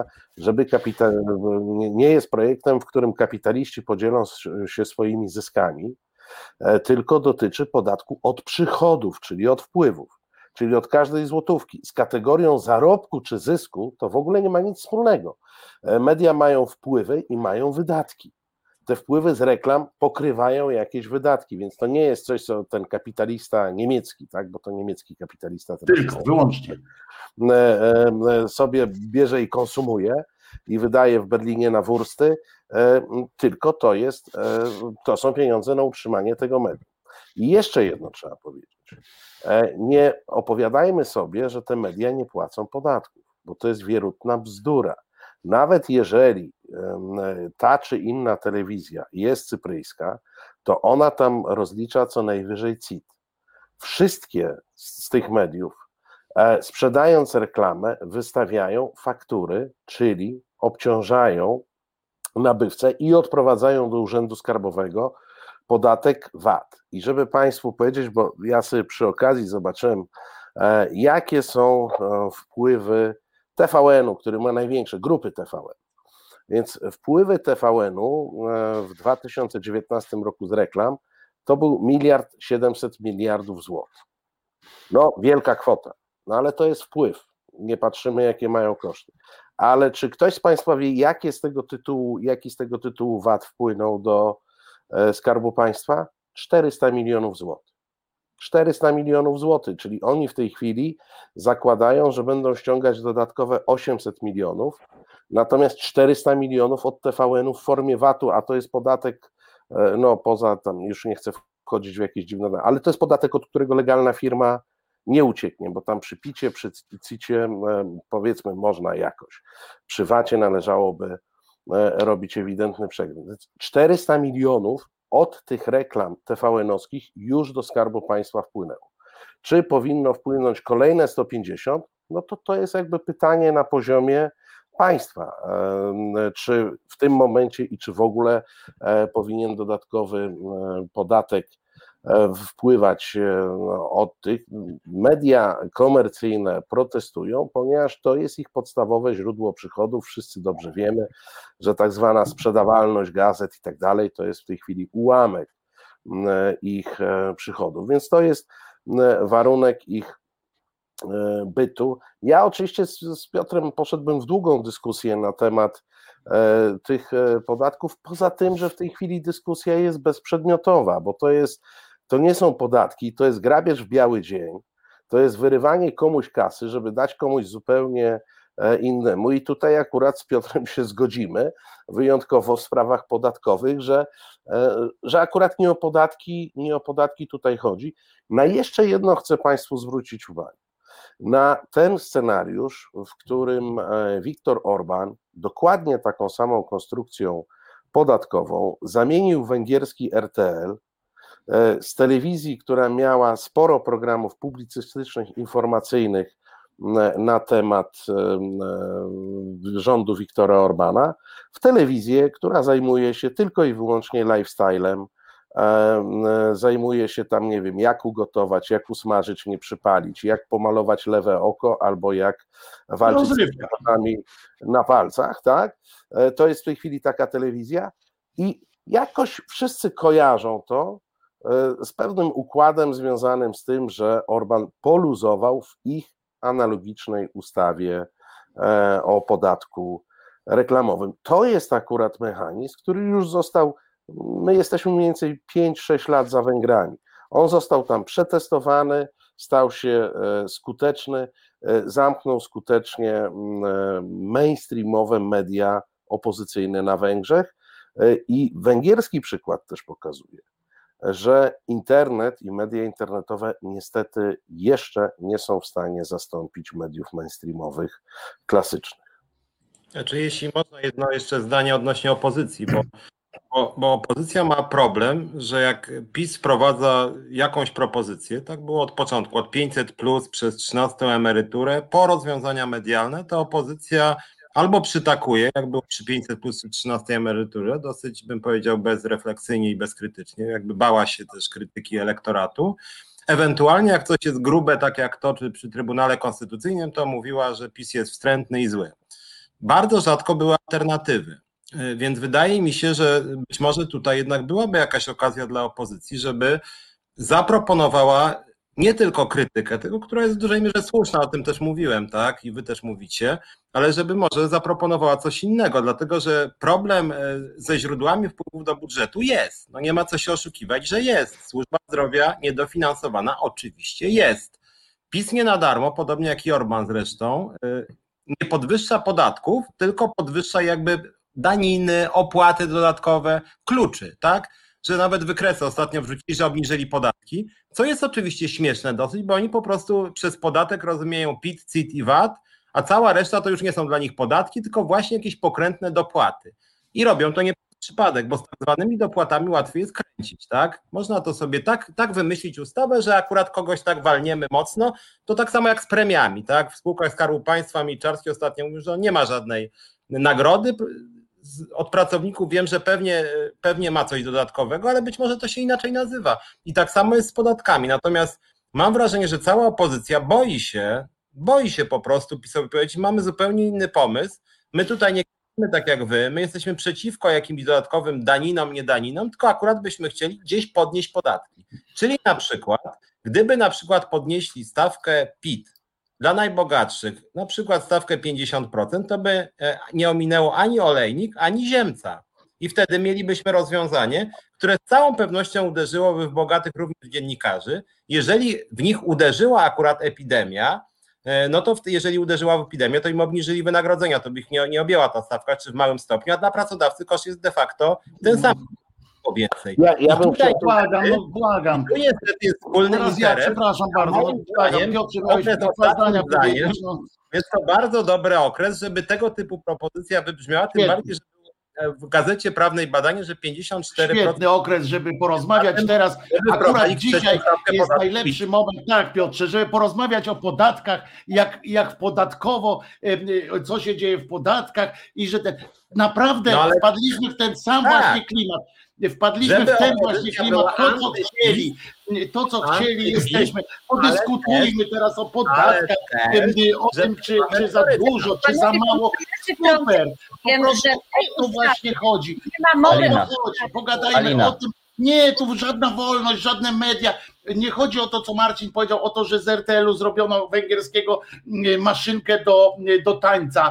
nie jest projektem, w którym kapitaliści podzielą się swoimi zyskami, tylko dotyczy podatku od przychodów, czyli od wpływów, czyli od każdej złotówki. Z kategorią zarobku czy zysku to w ogóle nie ma nic wspólnego. Media mają wpływy i mają wydatki. Te wpływy z reklam pokrywają jakieś wydatki, więc to nie jest coś, co ten kapitalista niemiecki, tak, bo to niemiecki kapitalista tylko wyłącznie sobie bierze i konsumuje i wydaje w Berlinie na wursty, tylko to są pieniądze na utrzymanie tego medium. I jeszcze jedno trzeba powiedzieć. Nie opowiadajmy sobie, że te media nie płacą podatków, bo to jest wierutna bzdura. Nawet jeżeli ta czy inna telewizja jest cypryjska, to ona tam rozlicza co najwyżej CIT. Wszystkie z tych mediów, sprzedając reklamę, wystawiają faktury, czyli obciążają nabywcę i odprowadzają do Urzędu Skarbowego podatek VAT. I żeby Państwu powiedzieć, bo ja sobie przy okazji zobaczyłem, jakie są wpływy TVN-u, który ma największe, grupy TVN. Więc wpływy TVN-u w 2019 roku z reklam to był 1,7 miliardów złotych. No, wielka kwota, no ale to jest wpływ. nie patrzymy, jakie mają koszty. Ale czy ktoś z Państwa wie, jaki z tego tytułu VAT wpłynął do Skarbu Państwa? 400 milionów złotych. 400 milionów złotych, czyli oni w tej chwili zakładają, że będą ściągać dodatkowe 800 milionów, natomiast 400 milionów od TVN-u w formie VAT-u, a to jest podatek, no poza tam, już nie chcę wchodzić w jakieś dziwne, ale to jest podatek, od którego legalna firma nie ucieknie, bo tam przy PIT-cie, przy CIT-cie powiedzmy można jakoś. Przy VAT-cie należałoby robić ewidentny przegląd. 400 milionów od tych reklam TVN-owskich już do Skarbu Państwa wpłynęło. Czy powinno wpłynąć kolejne 150? No to jest jakby pytanie na poziomie państwa. Czy w tym momencie i czy w ogóle powinien dodatkowy podatek wpływać od tych. Media komercyjne protestują, ponieważ to jest ich podstawowe źródło przychodów. Wszyscy dobrze wiemy, że tak zwana sprzedawalność gazet i tak dalej to jest w tej chwili ułamek ich przychodów, więc to jest warunek ich bytu. Ja oczywiście z Piotrem poszedłbym w długą dyskusję na temat tych podatków, poza tym, że w tej chwili dyskusja jest bezprzedmiotowa, bo to nie są podatki, to jest grabież w biały dzień, to jest wyrywanie komuś kasy, żeby dać komuś zupełnie innemu i tutaj akurat z Piotrem się zgodzimy, wyjątkowo w sprawach podatkowych, że akurat nie o podatki tutaj chodzi. Na jeszcze jedno chcę Państwu zwrócić uwagę. Na ten scenariusz, w którym Viktor Orban dokładnie taką samą konstrukcją podatkową zamienił węgierski RTL z telewizji, która miała sporo programów publicystycznych, informacyjnych na temat rządu Viktora Orbana, w telewizję, która zajmuje się tylko i wyłącznie lifestylem, zajmuje się tam, nie wiem, jak ugotować, jak usmażyć, nie przypalić, jak pomalować lewe oko, albo jak walczyć z kwiatami na palcach, tak? To jest w tej chwili taka telewizja i jakoś wszyscy kojarzą to z pewnym układem związanym z tym, że Orban poluzował w ich analogicznej ustawie o podatku reklamowym. To jest akurat mechanizm, który już został, my jesteśmy mniej więcej 5-6 lat za Węgrami. On został tam przetestowany, stał się skuteczny, zamknął skutecznie mainstreamowe media opozycyjne na Węgrzech i węgierski przykład też pokazuje, że internet i media internetowe niestety jeszcze nie są w stanie zastąpić mediów mainstreamowych klasycznych. Znaczy, jeśli można, jedno jeszcze zdanie odnośnie opozycji, bo opozycja ma problem, że jak PiS wprowadza jakąś propozycję, tak było od początku, od 500+ przez 13 emeryturę, po rozwiązania medialne, to opozycja albo przytakuje, jak było przy 500+ czy 13 emeryturze, dosyć bym powiedział bezrefleksyjnie i bezkrytycznie, jakby bała się też krytyki elektoratu. Ewentualnie jak coś jest grube, tak jak to, czy przy Trybunale Konstytucyjnym, to mówiła, że PiS jest wstrętny i zły. Bardzo rzadko były alternatywy, więc wydaje mi się, że być może tutaj jednak byłaby jakaś okazja dla opozycji, żeby zaproponowała nie tylko krytykę, tego, która jest w dużej mierze słuszna, o tym też mówiłem, tak, i wy też mówicie, ale żeby może zaproponowała coś innego, dlatego że problem ze źródłami wpływów do budżetu jest. No nie ma co się oszukiwać, że jest. Służba zdrowia niedofinansowana oczywiście jest. PiS nie na darmo, podobnie jak i Orban zresztą, nie podwyższa podatków, tylko podwyższa jakby daniny, opłaty dodatkowe, kluczy, tak? Że nawet wykresy ostatnio wrzucili, że obniżyli podatki, co jest oczywiście śmieszne dosyć, bo oni po prostu przez podatek rozumieją PIT, CIT i VAT, a cała reszta to już nie są dla nich podatki, tylko właśnie jakieś pokrętne dopłaty. I robią to nie przez przypadek, bo z tak zwanymi dopłatami łatwiej jest kręcić, tak? Można to sobie tak wymyślić ustawę, że akurat kogoś tak walniemy mocno, to tak samo jak z premiami, tak? W spółkach Skarbu Państwa Milczarski ostatnio mówił, że nie ma żadnej nagrody od pracowników, wiem, że pewnie ma coś dodatkowego, ale być może to się inaczej nazywa. I tak samo jest z podatkami. Natomiast mam wrażenie, że cała opozycja boi się po prostu PiS-owi powiedzieć, mamy zupełnie inny pomysł, my tutaj nie chcemy tak jak wy, my jesteśmy przeciwko jakimś dodatkowym daninom, nie daninom, tylko akurat byśmy chcieli gdzieś podnieść podatki. Czyli na przykład, gdyby na przykład podnieśli stawkę PIT dla najbogatszych, na przykład stawkę 50%, to by nie ominęło ani olejnik, ani ziemca. I wtedy mielibyśmy rozwiązanie, które z całą pewnością uderzyłoby w bogatych również dziennikarzy. Jeżeli w nich uderzyła akurat epidemia, no to jeżeli uderzyła w epidemię, to im obniżyli wynagrodzenia, to by ich nie objęła ta stawka, czy w małym stopniu, a dla pracodawcy koszt jest de facto ten sam, o więcej. Ja bym Tutaj chciał... błagam. Tu niestety jest wspólny Teraz interes. przepraszam bardzo. Moim zdaniem, Piotrze, miałeś okres dwa ostatnim zdania zdaniem, powiedzieć, no. Jest to bardzo dobry okres, żeby tego typu propozycja wybrzmiała, tym bardziej, że w Gazecie Prawnej badanie, że 54%... Świetny okres, żeby porozmawiać teraz. Akurat dzisiaj jest najlepszy moment, tak Piotrze, żeby porozmawiać o podatkach, jak podatkowo, co się dzieje w podatkach i że naprawdę wpadliśmy w ten sam właśnie klimat. Wpadliśmy w ten właśnie klimat, to co chcieli jesteśmy. Podyskutujmy teraz o podatkach, o tym czy za dużo, czy za mało. Super, po prostu o to właśnie chodzi. Pogadajmy o tym. Nie, tu żadna wolność, żadne media. Nie chodzi o to, co Marcin powiedział, o to, że z RTL-u zrobiono węgierskiego maszynkę do tańca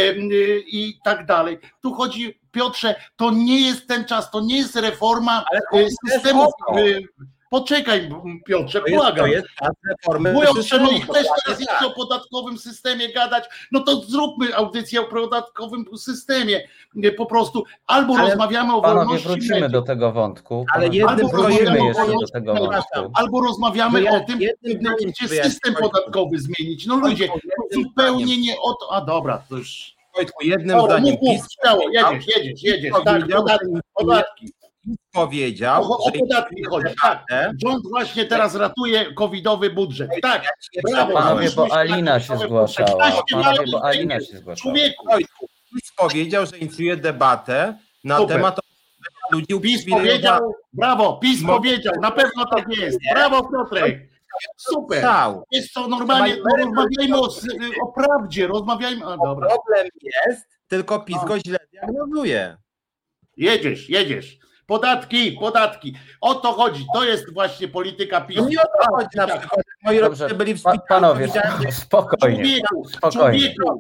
i tak dalej. Tu chodzi, Piotrze, to nie jest ten czas, to nie jest reforma systemu. Poczekaj, Piotrze, błagam. Mówią, że no i chcesz teraz jeszcze o podatkowym systemie gadać, no to zróbmy audycję o podatkowym systemie. Po prostu albo rozmawiamy o wolności wrócimy do tego wątku. Ale wrócimy jeszcze do tego wątku. Albo rozmawiamy o tym, gdzie system podatkowy zmienić. No ludzie, zupełnie nie o to. A dobra, to już... Jednym zdaniem. Jedziesz. Tak, podatki. Powiedział, o podatki chodzi. Tak. Rząd właśnie teraz ratuje covidowy budżet. Tak. Brawo, panowie, bo Alina się zgłaszała. Człowieku. PiS powiedział, że inicjuje debatę na temat ludzi. PiS powiedział, brawo, PiS powiedział, na pewno tak jest. Brawo, Piotrek. Super. Jest to normalnie, rozmawiajmy o prawdzie, rozmawiajmy. Dobra. Problem jest, tylko PiS go źle diagnozuje. Jedziesz. Podatki. O to chodzi. To jest właśnie polityka PiS. Nie o to chodzi na przykład. Moi rodzice byli w szpitalu. Panowie, spokojnie. Człowieku.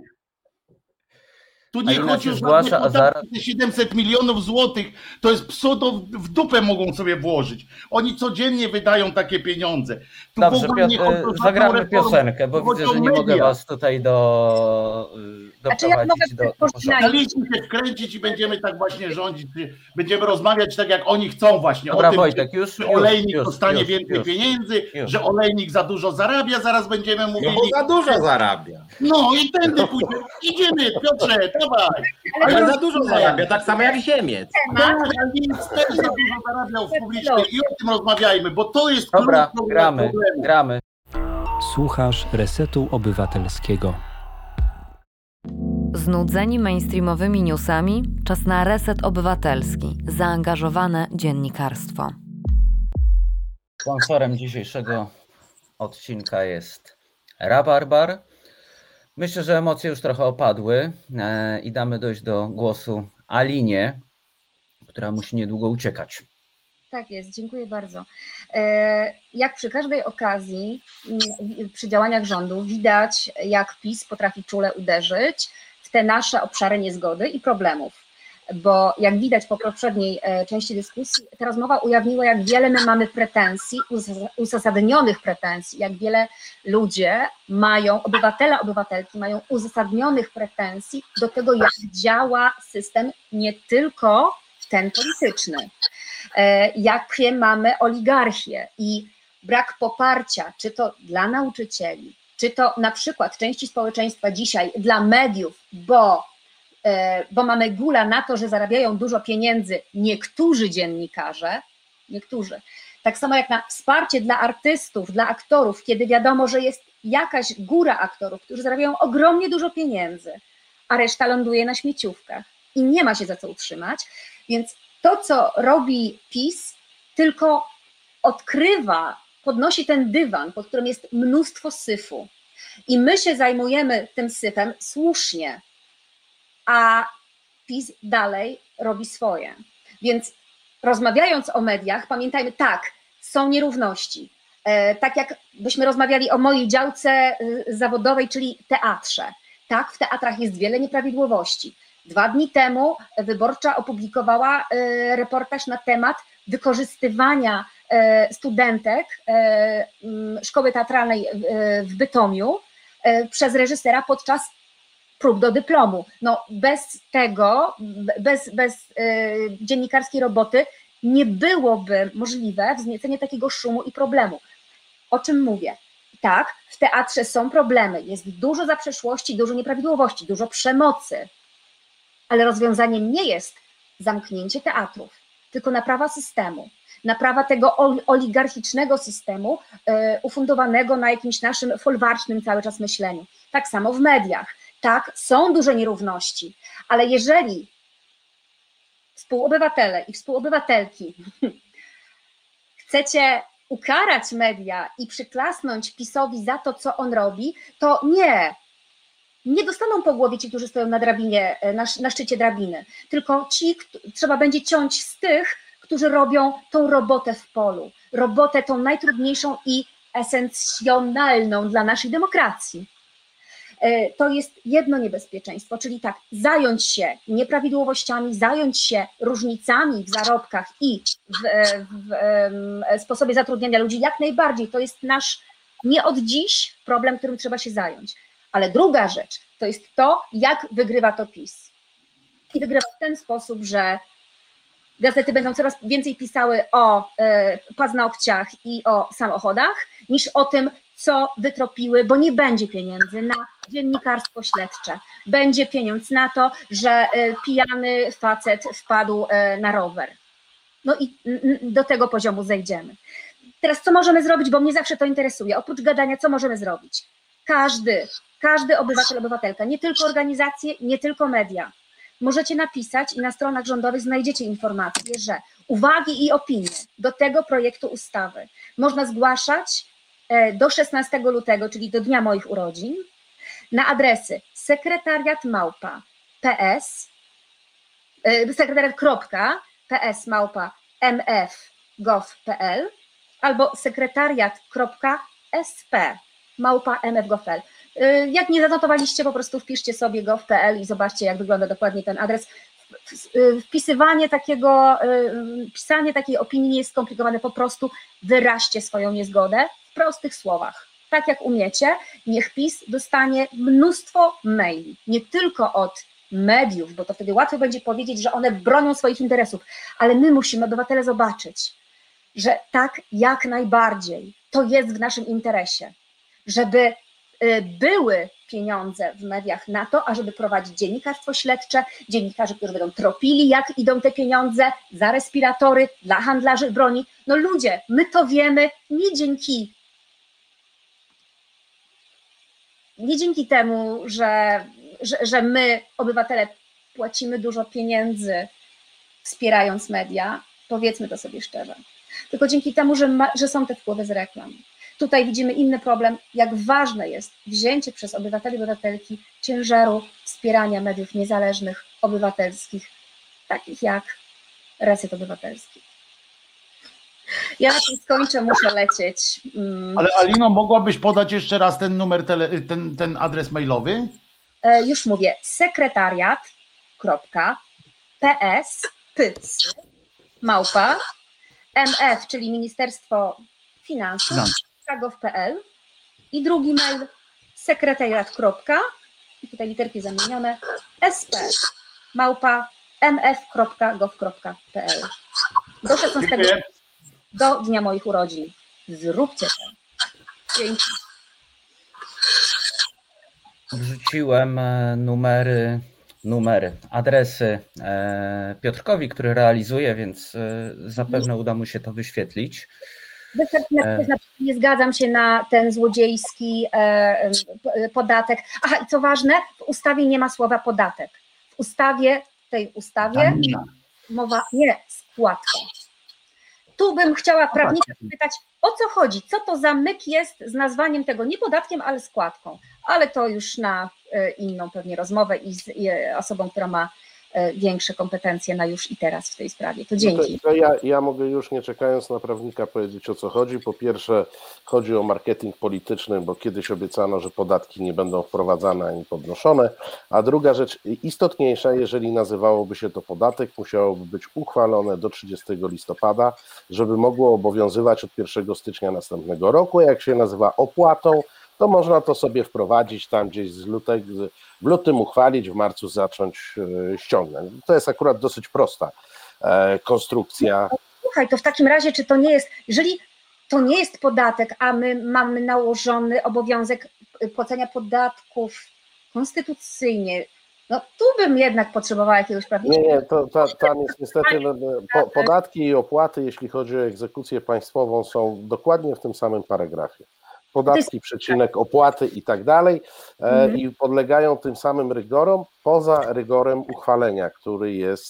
Tu nie chodzi o żadne podatki, 700 milionów złotych, to jest psu w dupę mogą sobie włożyć. Oni codziennie wydają takie pieniądze. Tu dobrze, zagramy piosenkę, bo widzę, że nie mogę was tutaj doprowadzić do Daliśmy się wkręcić i będziemy tak właśnie rządzić. Będziemy rozmawiać tak, jak oni chcą właśnie. Dobra, o tym, Wojtek, że olejnik dostanie więcej pieniędzy, że olejnik za dużo zarabia, zaraz będziemy mówili. No bo za dużo zarabia. No i tędy pójdziemy. Idziemy, Piotrze, dawaj. Ale za dużo zarabia, tak samo jak Ziemiec. Tak, ale nic też za dużo zarabiał w publicznej i o tym rozmawiajmy, bo to jest dobra, gramy. Słuchasz Resetu Obywatelskiego. Znudzeni mainstreamowymi newsami? Czas na Reset Obywatelski. Zaangażowane dziennikarstwo. Sponsorem dzisiejszego odcinka jest Rabarbar. Myślę, że emocje już trochę opadły i damy dojść do głosu Alinie, która musi niedługo uciekać. Tak jest, dziękuję bardzo. Jak przy każdej okazji przy działaniach rządu widać, jak PiS potrafi czule uderzyć w te nasze obszary niezgody i problemów. Bo jak widać po poprzedniej części dyskusji, ta rozmowa ujawniła, jak wiele my mamy pretensji, uzasadnionych pretensji, jak wiele ludzie mają, obywatele, obywatelki mają uzasadnionych pretensji do tego, jak działa system, nie tylko ten polityczny. Jakie mamy oligarchię i brak poparcia, czy to dla nauczycieli, czy to na przykład części społeczeństwa dzisiaj dla mediów, bo mamy gula na to, że zarabiają dużo pieniędzy niektórzy dziennikarze, tak samo jak na wsparcie dla artystów, dla aktorów, kiedy wiadomo, że jest jakaś góra aktorów, którzy zarabiają ogromnie dużo pieniędzy, a reszta ląduje na śmieciówkach i nie ma się za co utrzymać, więc to, co robi PiS, tylko odkrywa, podnosi ten dywan, pod którym jest mnóstwo syfu i my się zajmujemy tym syfem słusznie, a PiS dalej robi swoje. Więc rozmawiając o mediach, pamiętajmy, tak, są nierówności. Tak jak byśmy rozmawiali o mojej działce zawodowej, czyli teatrze. Tak, w teatrach jest wiele nieprawidłowości. 2 dni temu Wyborcza opublikowała reportaż na temat wykorzystywania studentek szkoły teatralnej w Bytomiu przez reżysera podczas prób do dyplomu. No bez tego, bez dziennikarskiej roboty nie byłoby możliwe wzniecenie takiego szumu i problemu. O czym mówię? Tak, w teatrze są problemy, jest dużo zaprzeszłości, dużo nieprawidłowości, dużo przemocy, ale rozwiązaniem nie jest zamknięcie teatrów, tylko naprawa systemu, naprawa tego oligarchicznego systemu ufundowanego na jakimś naszym folwarcznym cały czas myśleniu. Tak samo w mediach. Tak, są duże nierówności, ale jeżeli współobywatele i współobywatelki chcecie ukarać media i przyklasnąć PiS-owi za to, co on robi, to nie dostaną po głowie ci, którzy stoją na drabinie, na szczycie drabiny, tylko trzeba będzie ciąć z tych, którzy robią tą robotę w polu, robotę tą najtrudniejszą i esencjonalną dla naszej demokracji. To jest jedno niebezpieczeństwo, czyli tak, zająć się nieprawidłowościami, zająć się różnicami w zarobkach i w sposobie zatrudniania ludzi jak najbardziej. To jest nasz nie od dziś problem, którym trzeba się zająć. Ale druga rzecz to jest to, jak wygrywa to PiS. I wygrywa w ten sposób, że gazety będą coraz więcej pisały o paznokciach i o samochodach, niż o tym, co wytropiły, bo nie będzie pieniędzy na dziennikarstwo śledcze. Będzie pieniądz na to, że pijany facet wpadł na rower. No i do tego poziomu zejdziemy. Teraz co możemy zrobić, bo mnie zawsze to interesuje. Oprócz gadania, co możemy zrobić? Każdy obywatel, obywatelka, nie tylko organizacje, nie tylko media. Możecie napisać i na stronach rządowych znajdziecie informacje, że uwagi i opinie do tego projektu ustawy można zgłaszać do 16 lutego, czyli do dnia moich urodzin, na adresy sekretariat.ps@mf.gov.pl albo sekretariat.sp@mf.gov.pl. Jak nie zanotowaliście, po prostu wpiszcie sobie gov.pl i zobaczcie, jak wygląda dokładnie ten adres. Pisanie takiej opinii nie jest skomplikowane, po prostu wyraźcie swoją niezgodę w prostych słowach. Tak jak umiecie, niech PiS dostanie mnóstwo maili, nie tylko od mediów, bo to wtedy łatwo będzie powiedzieć, że one bronią swoich interesów, ale my musimy, obywatele, zobaczyć, że tak jak najbardziej to jest w naszym interesie, żeby były pieniądze w mediach na to, ażeby prowadzić dziennikarstwo śledcze, dziennikarzy, którzy będą tropili, jak idą te pieniądze za respiratory, dla handlarzy broni. No ludzie, my to wiemy nie dzięki temu, że my, obywatele, płacimy dużo pieniędzy wspierając media, powiedzmy to sobie szczerze, tylko dzięki temu, że są te wpływy z reklam. Tutaj widzimy inny problem, jak ważne jest wzięcie przez obywateli i obywatelki ciężaru wspierania mediów niezależnych, obywatelskich, takich jak Reset Obywatelski. Ja na tym skończę, muszę lecieć. Ale Alino, mogłabyś podać jeszcze raz ten numer, ten adres mailowy? Już mówię, sekretariat.ps@mf, czyli Ministerstwo Finansów, gov.pl i drugi mail sekretariat. I tutaj literki zamienione sp@mf.gov.pl. Do 16 do dnia moich urodzin. Zróbcie to. Dzięki. Wrzuciłem adresy Piotrkowi, który realizuje, więc zapewne uda mu się to wyświetlić. Nie zgadzam się na ten złodziejski podatek. Aha, i co ważne, w ustawie nie ma słowa podatek. W tej ustawie mowa nie składka. Tu bym chciała prawnika spytać, o co chodzi, co to za myk jest z nazwaniem tego nie podatkiem, ale składką. Ale to już na inną pewnie rozmowę i z osobą, która ma większe kompetencje na już i teraz w tej sprawie. To dzięki. Ja mogę już, nie czekając na prawnika, powiedzieć, o co chodzi. Po pierwsze, chodzi o marketing polityczny, bo kiedyś obiecano, że podatki nie będą wprowadzane ani podnoszone, a druga rzecz istotniejsza, jeżeli nazywałoby się to podatek, musiałoby być uchwalone do 30 listopada, żeby mogło obowiązywać od 1 stycznia następnego roku. Jak się nazywa opłatą, to można to sobie wprowadzić tam gdzieś w lutym uchwalić, w marcu zacząć ściągnąć. To jest akurat dosyć prosta konstrukcja. Słuchaj, to w takim razie, czy to nie jest, jeżeli to nie jest podatek, a my mamy nałożony obowiązek płacenia podatków konstytucyjnie, no tu bym jednak potrzebowała jakiegoś prawnika. Nie, tam jest niestety podatki i opłaty, jeśli chodzi o egzekucję państwową, są dokładnie w tym samym paragrafie. Podatki, przecinek, opłaty i tak dalej i podlegają tym samym rygorom, poza rygorem uchwalenia, który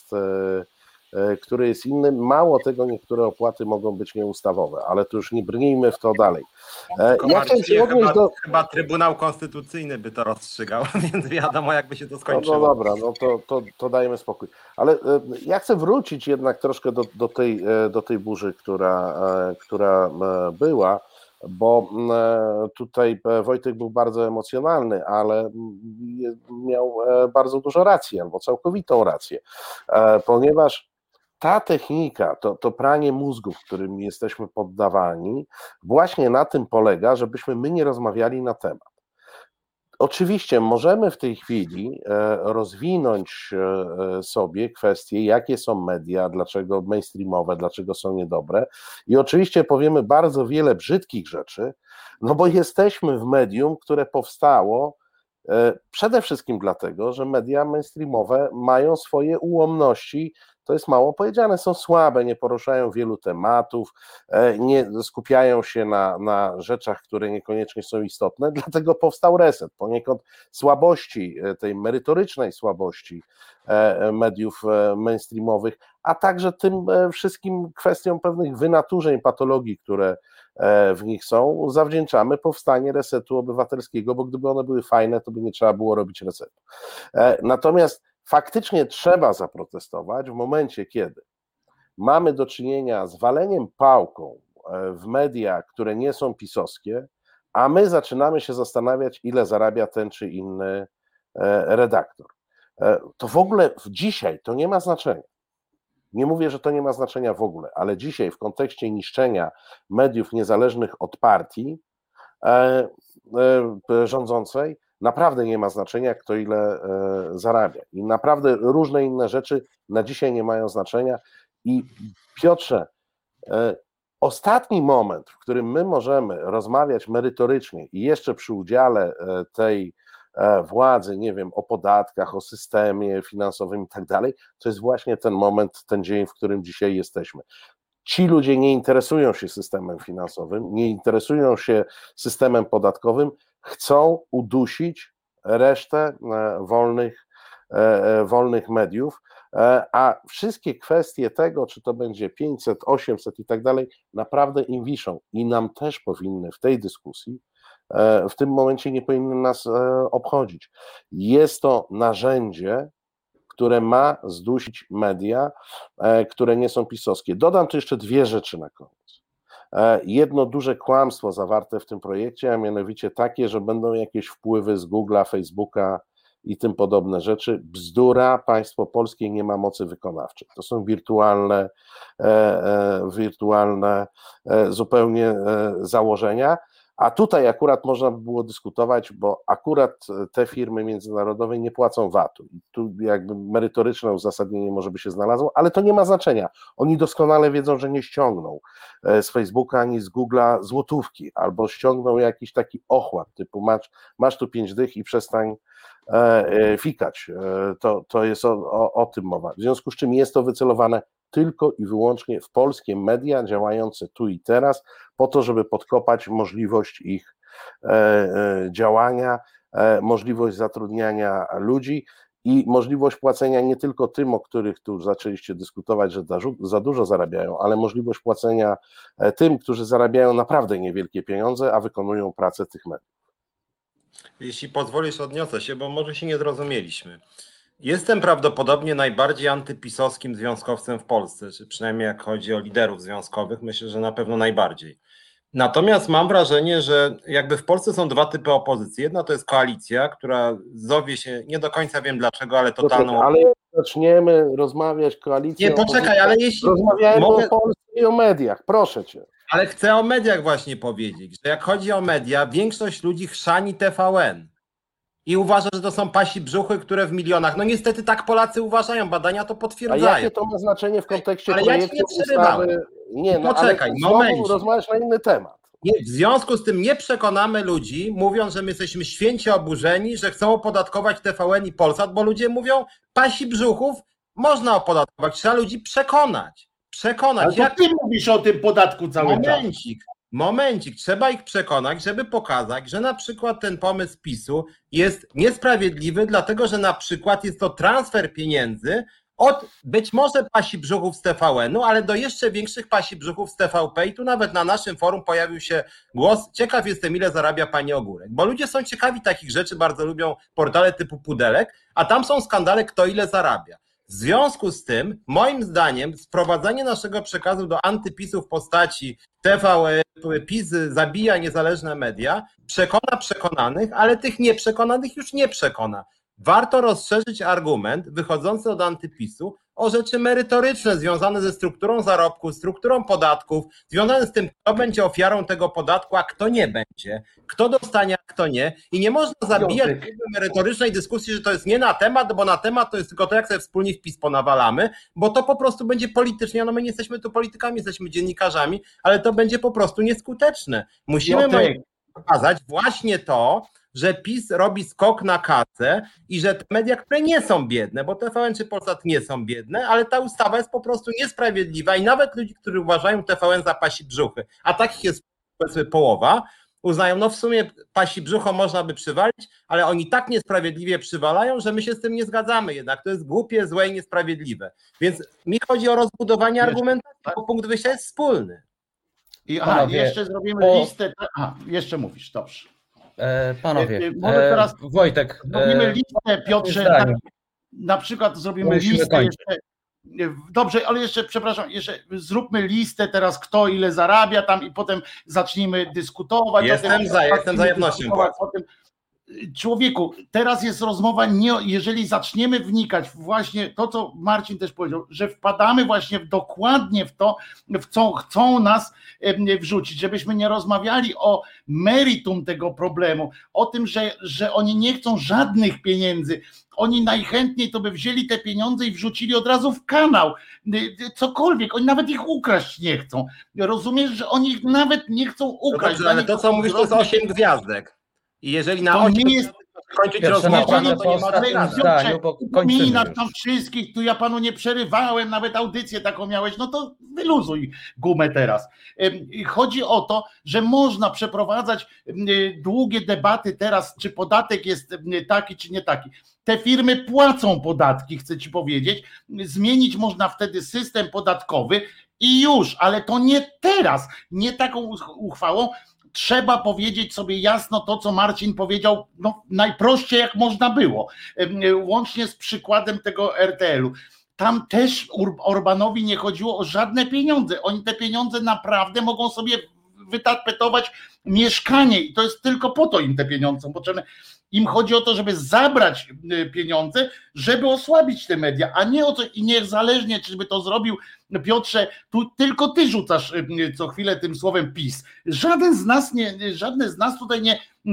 jest inny. Mało tego, niektóre opłaty mogą być nieustawowe, ale to już nie brnijmy w to dalej. Chyba Trybunał Konstytucyjny by to rozstrzygał, więc wiadomo, jakby się to skończyło. No dobra, to dajmy spokój. Ale ja chcę wrócić jednak troszkę do tej burzy, która była, bo tutaj Wojtek był bardzo emocjonalny, ale miał bardzo dużo racji, albo całkowitą rację, ponieważ ta technika, to pranie mózgów, którym jesteśmy poddawani, właśnie na tym polega, żebyśmy my nie rozmawiali na temat. Oczywiście możemy w tej chwili rozwinąć sobie kwestie, jakie są media, dlaczego mainstreamowe, dlaczego są niedobre i oczywiście powiemy bardzo wiele brzydkich rzeczy, no bo jesteśmy w medium, które powstało przede wszystkim dlatego, że media mainstreamowe mają swoje ułomności. To jest mało powiedziane, są słabe, nie poruszają wielu tematów, nie skupiają się na rzeczach, które niekoniecznie są istotne, dlatego powstał Reset. Poniekąd słabości, tej merytorycznej słabości mediów mainstreamowych, a także tym wszystkim kwestiom pewnych wynaturzeń, patologii, które w nich są, zawdzięczamy powstanie Resetu Obywatelskiego, bo gdyby one były fajne, to by nie trzeba było robić resetu. Natomiast faktycznie trzeba zaprotestować w momencie, kiedy mamy do czynienia z waleniem pałką w media, które nie są pisowskie, a my zaczynamy się zastanawiać, ile zarabia ten czy inny redaktor. To w ogóle dzisiaj to nie ma znaczenia. Nie mówię, że to nie ma znaczenia w ogóle, ale dzisiaj w kontekście niszczenia mediów niezależnych od partii rządzącej naprawdę nie ma znaczenia, kto ile zarabia. I naprawdę różne inne rzeczy na dzisiaj nie mają znaczenia. I Piotrze, ostatni moment, w którym my możemy rozmawiać merytorycznie i jeszcze przy udziale tej władzy, nie wiem, o podatkach, o systemie finansowym i tak dalej, to jest właśnie ten moment, ten dzień, w którym dzisiaj jesteśmy. Ci ludzie nie interesują się systemem finansowym, nie interesują się systemem podatkowym, chcą udusić resztę wolnych mediów, a wszystkie kwestie tego, czy to będzie 500, 800 i tak dalej, naprawdę im wiszą i nam też powinny w tej dyskusji w tym momencie nie powinny nas obchodzić. Jest to narzędzie, które ma zdusić media, które nie są pisowskie. Dodam tu jeszcze dwie rzeczy na koniec. Jedno duże kłamstwo zawarte w tym projekcie, a mianowicie takie, że będą jakieś wpływy z Google'a, Facebooka i tym podobne rzeczy. Bzdura, państwo polskie nie ma mocy wykonawczej. To są wirtualne zupełnie założenia. A tutaj akurat można by było dyskutować, bo akurat te firmy międzynarodowe nie płacą VAT-u. I tu jakby merytoryczne uzasadnienie może by się znalazło, ale to nie ma znaczenia. Oni doskonale wiedzą, że nie ściągną z Facebooka ani z Google'a złotówki, albo ściągną jakiś taki ochłap, typu masz tu 5 dych i przestań fikać. To jest o tym mowa. W związku z czym jest to wycelowane tylko i wyłącznie w polskie media działające tu i teraz, po to, żeby podkopać możliwość ich działania, możliwość zatrudniania ludzi i możliwość płacenia nie tylko tym, o których tu zaczęliście dyskutować, że za dużo zarabiają, ale możliwość płacenia tym, którzy zarabiają naprawdę niewielkie pieniądze, a wykonują pracę tych mediów. Jeśli pozwolisz, odniosę się, bo może się nie zrozumieliśmy. Jestem prawdopodobnie najbardziej antypisowskim związkowcem w Polsce, czy przynajmniej jak chodzi o liderów związkowych, myślę, że na pewno najbardziej. Natomiast mam wrażenie, że jakby w Polsce są dwa typy opozycji. Jedna to jest koalicja, która zowie się, nie do końca wiem dlaczego, ale totalną... Ale jak zaczniemy rozmawiać koalicją... Nie, poczekaj, ale jeśli... Rozmawiajmy o Polsce i o mediach, proszę cię. Ale chcę o mediach właśnie powiedzieć, że jak chodzi o media, większość ludzi chrzani TVN i uważa, że to są pasi brzuchy, które w milionach. No niestety tak Polacy uważają, badania to A potwierdzają. jakie to ma znaczenie w kontekście Ale ja ci projektu nie przerywałem. ustawy? Nie, no Poczekaj, ale momencik. rozmawiasz na inny temat. Nie, w związku z tym nie przekonamy ludzi, mówiąc, że my jesteśmy święcie oburzeni, że chcą opodatkować TVN i Polsat, bo ludzie mówią, pasi brzuchów można opodatkować. Trzeba ludzi przekonać. Ale to ty mówisz o tym podatku cały czas. Momencik, trzeba ich przekonać, żeby pokazać, że na przykład ten pomysł PiS-u jest niesprawiedliwy, dlatego że na przykład jest to transfer pieniędzy od być może pasi brzuchów z TVN-u, ale do jeszcze większych pasi brzuchów z TVP i tu nawet na naszym forum pojawił się głos, ciekaw jestem ile zarabia pani Ogórek, bo ludzie są ciekawi takich rzeczy, bardzo lubią portale typu Pudelek, a tam są skandale kto ile zarabia. W związku z tym, moim zdaniem, sprowadzanie naszego przekazu do antypisu w postaci PiS zabija niezależne media, przekona przekonanych, ale tych nieprzekonanych już nie przekona. Warto rozszerzyć argument wychodzący od antypisu o rzeczy merytoryczne związane ze strukturą zarobku, strukturą podatków, związane z tym, kto będzie ofiarą tego podatku, a kto nie będzie, kto dostanie, a kto nie. I nie można zabijać merytorycznej dyskusji, że to jest nie na temat, bo na temat to jest tylko to, jak sobie wspólnie w PiS ponawalamy, bo to po prostu będzie politycznie, no my nie jesteśmy tu politykami, jesteśmy dziennikarzami, ale to będzie po prostu nieskuteczne. Musimy pokazać właśnie to, że PiS robi skok na kasę i że te media, które nie są biedne, bo TVN czy Polsat nie są biedne, ale ta ustawa jest po prostu niesprawiedliwa i nawet ludzi, którzy uważają TVN za pasi brzuchy, a takich jest powiedzmy połowa, uznają, no w sumie pasi brzucho można by przywalić, ale oni tak niesprawiedliwie przywalają, że my się z tym nie zgadzamy jednak. To jest głupie, złe i niesprawiedliwe. Więc mi chodzi o rozbudowanie argumentacji, bo punkt wyjścia jest wspólny. Jeszcze zrobimy listę. Jeszcze mówisz, dobrze. Panowie, teraz Wojtek. Zrobimy listę, Piotrze, na przykład zrobimy listę jeszcze. Dobrze, ale jeszcze, przepraszam, jeszcze zróbmy listę teraz, kto ile zarabia tam i potem zacznijmy dyskutować. Jestem za jednością. Człowieku, teraz jest rozmowa, jeżeli zaczniemy wnikać w właśnie to, co Marcin też powiedział, że wpadamy właśnie dokładnie w to, w co chcą nas wrzucić, żebyśmy nie rozmawiali o meritum tego problemu, o tym, że oni nie chcą żadnych pieniędzy, oni najchętniej to by wzięli te pieniądze i wrzucili od razu w kanał, cokolwiek, oni nawet ich ukraść nie chcą. Rozumiesz, że oni ich nawet nie chcą ukraść. No dobrze, ale to, co mówisz, to jest 8 gwiazdek. I jeżeli na 8 nie jest kończyć rozmowę, to nie ma upominać tam wszystkich, tu ja panu nie przerywałem, nawet audycję taką miałeś, no to wyluzuj gumę teraz. Chodzi o to, że można przeprowadzać długie debaty teraz, czy podatek jest taki, czy nie taki. Te firmy płacą podatki, chcę ci powiedzieć, zmienić można wtedy system podatkowy i już, ale to nie teraz, nie taką uchwałą. Trzeba powiedzieć sobie jasno to, co Marcin powiedział, no, najprościej jak można było, łącznie z przykładem tego RTL-u. Tam też Orbanowi nie chodziło o żadne pieniądze. Oni te pieniądze naprawdę mogą sobie wytapetować mieszkanie i to jest tylko po to im te pieniądze są potrzebne. Im chodzi o to, żeby zabrać pieniądze, żeby osłabić te media, a nie o to i niezależnie, czy by to zrobił Piotrze, tu tylko ty rzucasz co chwilę tym słowem PiS. Żadne z nas tutaj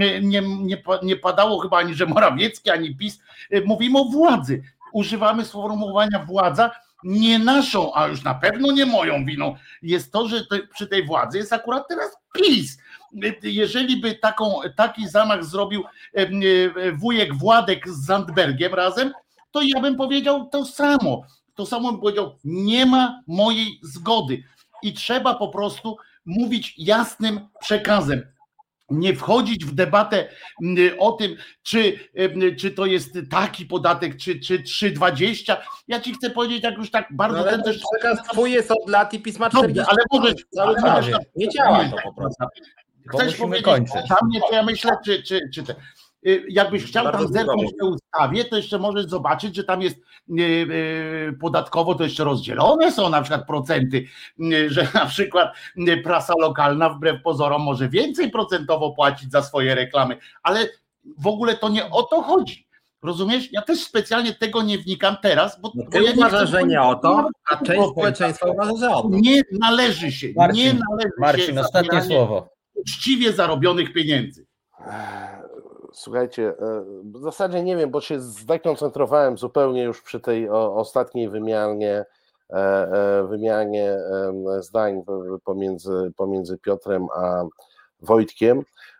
nie padało chyba ani, że Morawiecki, ani PiS. Mówimy o władzy. Używamy sformułowania władza, nie naszą, a już na pewno nie moją winą jest to, że przy tej władzy jest akurat teraz PiS. Jeżeli by taki zamach zrobił wujek Władek z Zandbergiem razem, to ja bym powiedział to samo. To samo bym powiedział, nie ma mojej zgody. I trzeba po prostu mówić jasnym przekazem. Nie wchodzić w debatę o tym, czy to jest taki podatek, czy 3,20. Ja ci chcę powiedzieć, jak już tak bardzo... No, ale ten przekaz twój jest od lat i pisma 40. Ale możesz... Nie działa to po prostu. Chcesz powiedzieć, kończyć. Dla mnie to ja myślę, czy te... jakbyś chciał Bardzo tam zerknąć zdrowo. w tej ustawie, to jeszcze możesz zobaczyć, że tam jest podatkowo to jeszcze rozdzielone są na przykład procenty, że na przykład prasa lokalna wbrew pozorom może więcej procentowo płacić za swoje reklamy, ale w ogóle to nie o to chodzi. Rozumiesz? Ja też specjalnie tego nie wnikam teraz, bo Ty ja nie chcę uważasz, że nie o to, a część procent. społeczeństwa uważa, że o to. Nie należy się, Marcin, ostatnie zabieranie słowo. uczciwie zarobionych pieniędzy. Słuchajcie, w zasadzie nie wiem, bo się zdekoncentrowałem zupełnie już przy tej ostatniej wymianie zdań pomiędzy Piotrem a Wojtkiem.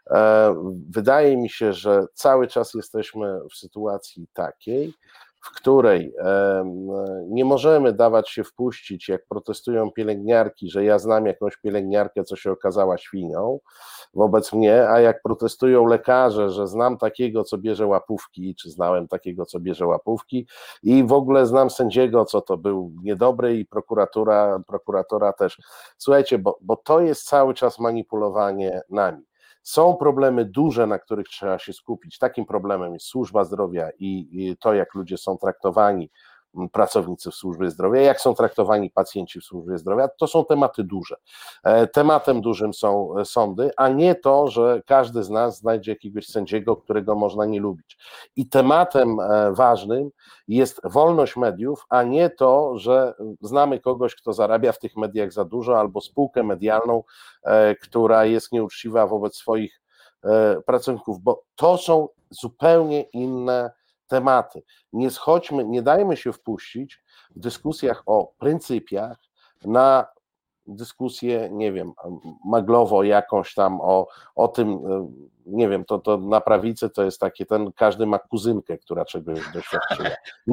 Wydaje mi się, że cały czas jesteśmy w sytuacji takiej, w której nie możemy dawać się wpuścić, jak protestują pielęgniarki, że ja znam jakąś pielęgniarkę, co się okazała świnią wobec mnie, a jak protestują lekarze, że znam takiego, co bierze łapówki, czy znałem takiego, co bierze łapówki i w ogóle znam sędziego, co to był niedobry i prokuratora też. Słuchajcie, bo to jest cały czas manipulowanie nami. Są problemy duże, na których trzeba się skupić. Takim problemem jest służba zdrowia i to, jak ludzie są traktowani, pracownicy w służbie zdrowia, jak są traktowani pacjenci w służbie zdrowia. To są tematy duże. Tematem dużym są sądy, a nie to, że każdy z nas znajdzie jakiegoś sędziego, którego można nie lubić. I tematem ważnym jest wolność mediów, a nie to, że znamy kogoś, kto zarabia w tych mediach za dużo, albo spółkę medialną, która jest nieuczciwa wobec swoich pracowników, bo to są zupełnie inne tematy. Nie dajmy się wpuścić w dyskusjach o pryncypiach na dyskusję, nie wiem, maglowo jakąś tam o tym, nie wiem, to na prawicy to jest takie, każdy ma kuzynkę, która czegoś doświadczyła.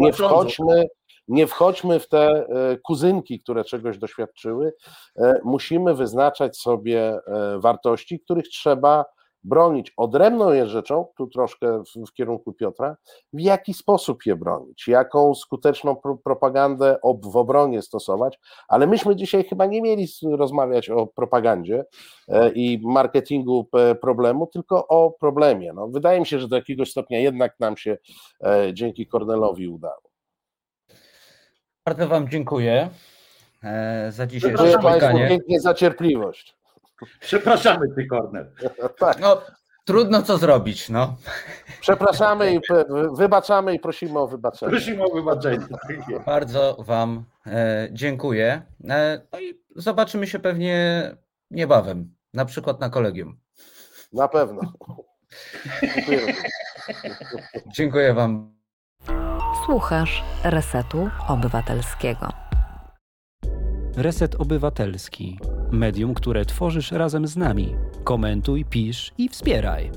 Nie wchodźmy w te kuzynki, które czegoś doświadczyły. Musimy wyznaczać sobie wartości, których trzeba bronić. Odrębną jest rzeczą, tu troszkę w kierunku Piotra, w jaki sposób je bronić, jaką skuteczną propagandę w obronie stosować, ale myśmy dzisiaj chyba nie mieli rozmawiać o propagandzie i marketingu problemu, tylko o problemie. No, wydaje mi się, że do jakiegoś stopnia jednak nam się dzięki Kornelowi udało. Bardzo wam dziękuję za dzisiejsze Dziękuję Państwu spotkanie. pięknie za cierpliwość. Przepraszamy, ty Kornel. Tak. No, trudno co zrobić, no. Przepraszamy i wybaczamy i prosimy o wybaczenie. Prosimy o wybaczenie. Bardzo wam dziękuję. No i zobaczymy się pewnie niebawem, na przykład na kolegium. Na pewno. Dziękuję. Dziękuję wam. Słuchasz Resetu Obywatelskiego. Reset Obywatelski. Medium, które tworzysz razem z nami. Komentuj, pisz i wspieraj.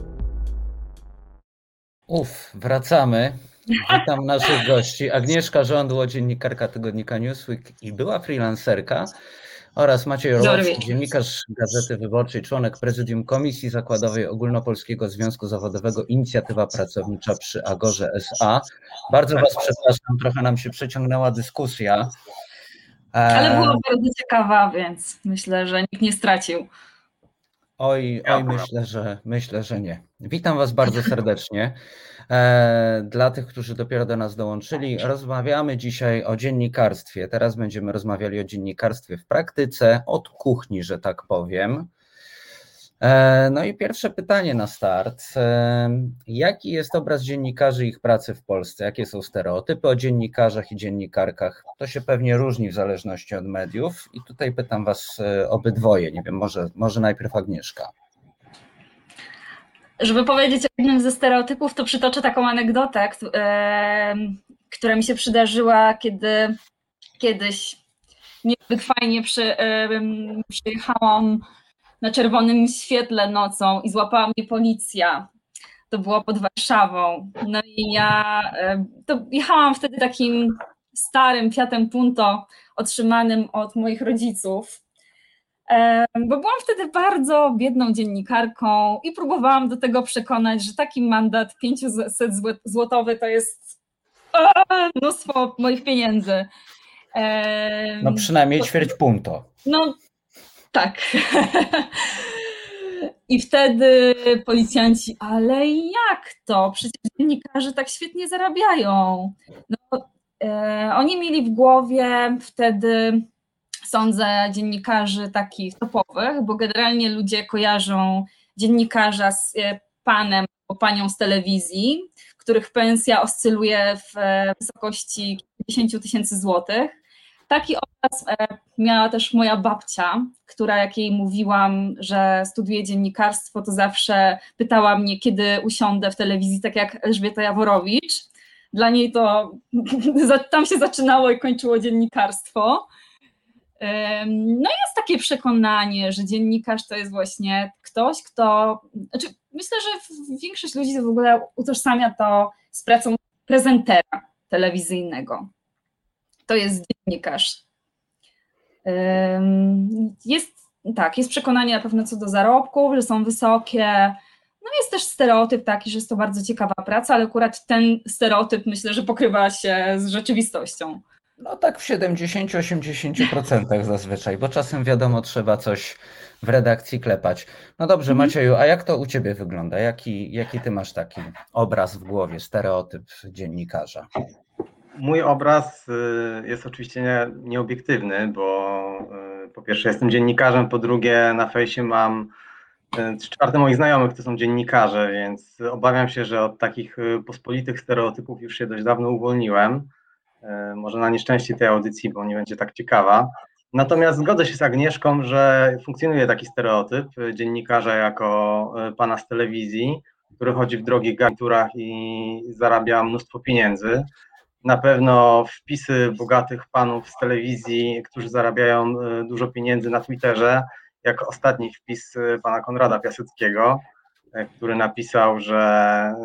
Wracamy. Witam naszych gości. Agnieszka Żądło, dziennikarka tygodnika Newsweek i była freelancerka, oraz Maciej Orłowski, dziennikarz Gazety Wyborczej, członek prezydium Komisji Zakładowej Ogólnopolskiego Związku Zawodowego Inicjatywa Pracownicza przy Agorze S.A. Bardzo was przepraszam, trochę nam się przeciągnęła dyskusja. Ale była bardzo ciekawa, więc myślę, że nikt nie stracił. Oj, myślę, że nie. Witam was bardzo serdecznie. Dla tych, którzy dopiero do nas dołączyli, rozmawiamy dzisiaj o dziennikarstwie. Teraz będziemy rozmawiali o dziennikarstwie w praktyce, od kuchni, że tak powiem. No i pierwsze pytanie na start. Jaki jest obraz dziennikarzy i ich pracy w Polsce? Jakie są stereotypy o dziennikarzach i dziennikarkach? To się pewnie różni w zależności od mediów. I tutaj pytam was obydwoje. Nie wiem, może najpierw Agnieszka. Żeby powiedzieć o jednym ze stereotypów, to przytoczę taką anegdotę, która mi się przydarzyła, kiedy kiedyś niezbyt fajnie przyjechałam na czerwonym świetle nocą i złapała mnie policja. To było pod Warszawą. No i ja jechałam wtedy takim starym Fiatem Punto otrzymanym od moich rodziców, bo byłam wtedy bardzo biedną dziennikarką i próbowałam do tego przekonać, że taki mandat 500 złotowy to jest mnóstwo moich pieniędzy. No przynajmniej ćwierć punto. No tak. I wtedy policjanci, ale jak to? Przecież dziennikarze tak świetnie zarabiają. No, oni mieli w głowie wtedy, sądzę, dziennikarzy takich topowych, bo generalnie ludzie kojarzą dziennikarza z panem albo panią z telewizji, których pensja oscyluje w wysokości 50 000 złotych. Taki obraz miała też moja babcia, która jak jej mówiłam, że studiuje dziennikarstwo, to zawsze pytała mnie, kiedy usiądę w telewizji, tak jak Elżbieta Jaworowicz. Dla niej to tam się zaczynało i kończyło dziennikarstwo. No i jest takie przekonanie, że dziennikarz to jest właśnie ktoś, kto... Znaczy, myślę, że większość ludzi w ogóle utożsamia to z pracą prezentera telewizyjnego. To jest dziennikarz. Jest przekonanie na pewno co do zarobków, że są wysokie. No jest też stereotyp taki, że jest to bardzo ciekawa praca, ale akurat ten stereotyp myślę, że pokrywa się z rzeczywistością. No tak w 70-80% zazwyczaj, bo czasem wiadomo, trzeba coś w redakcji klepać. No dobrze, Macieju, a jak to u ciebie wygląda? Jaki ty masz taki obraz w głowie, stereotyp dziennikarza? Mój obraz jest oczywiście nieobiektywny, bo po pierwsze jestem dziennikarzem, po drugie na fejsie mam 3/4 moich znajomych to są dziennikarze, więc obawiam się, że od takich pospolitych stereotypów już się dość dawno uwolniłem. Może na nieszczęście tej audycji, bo nie będzie tak ciekawa. Natomiast zgodzę się z Agnieszką, że funkcjonuje taki stereotyp dziennikarza jako pana z telewizji, który chodzi w drogich garniturach i zarabia mnóstwo pieniędzy. Na pewno wpisy bogatych panów z telewizji, którzy zarabiają dużo pieniędzy na Twitterze, jak ostatni wpis pana Konrada Piaseckiego, który napisał, że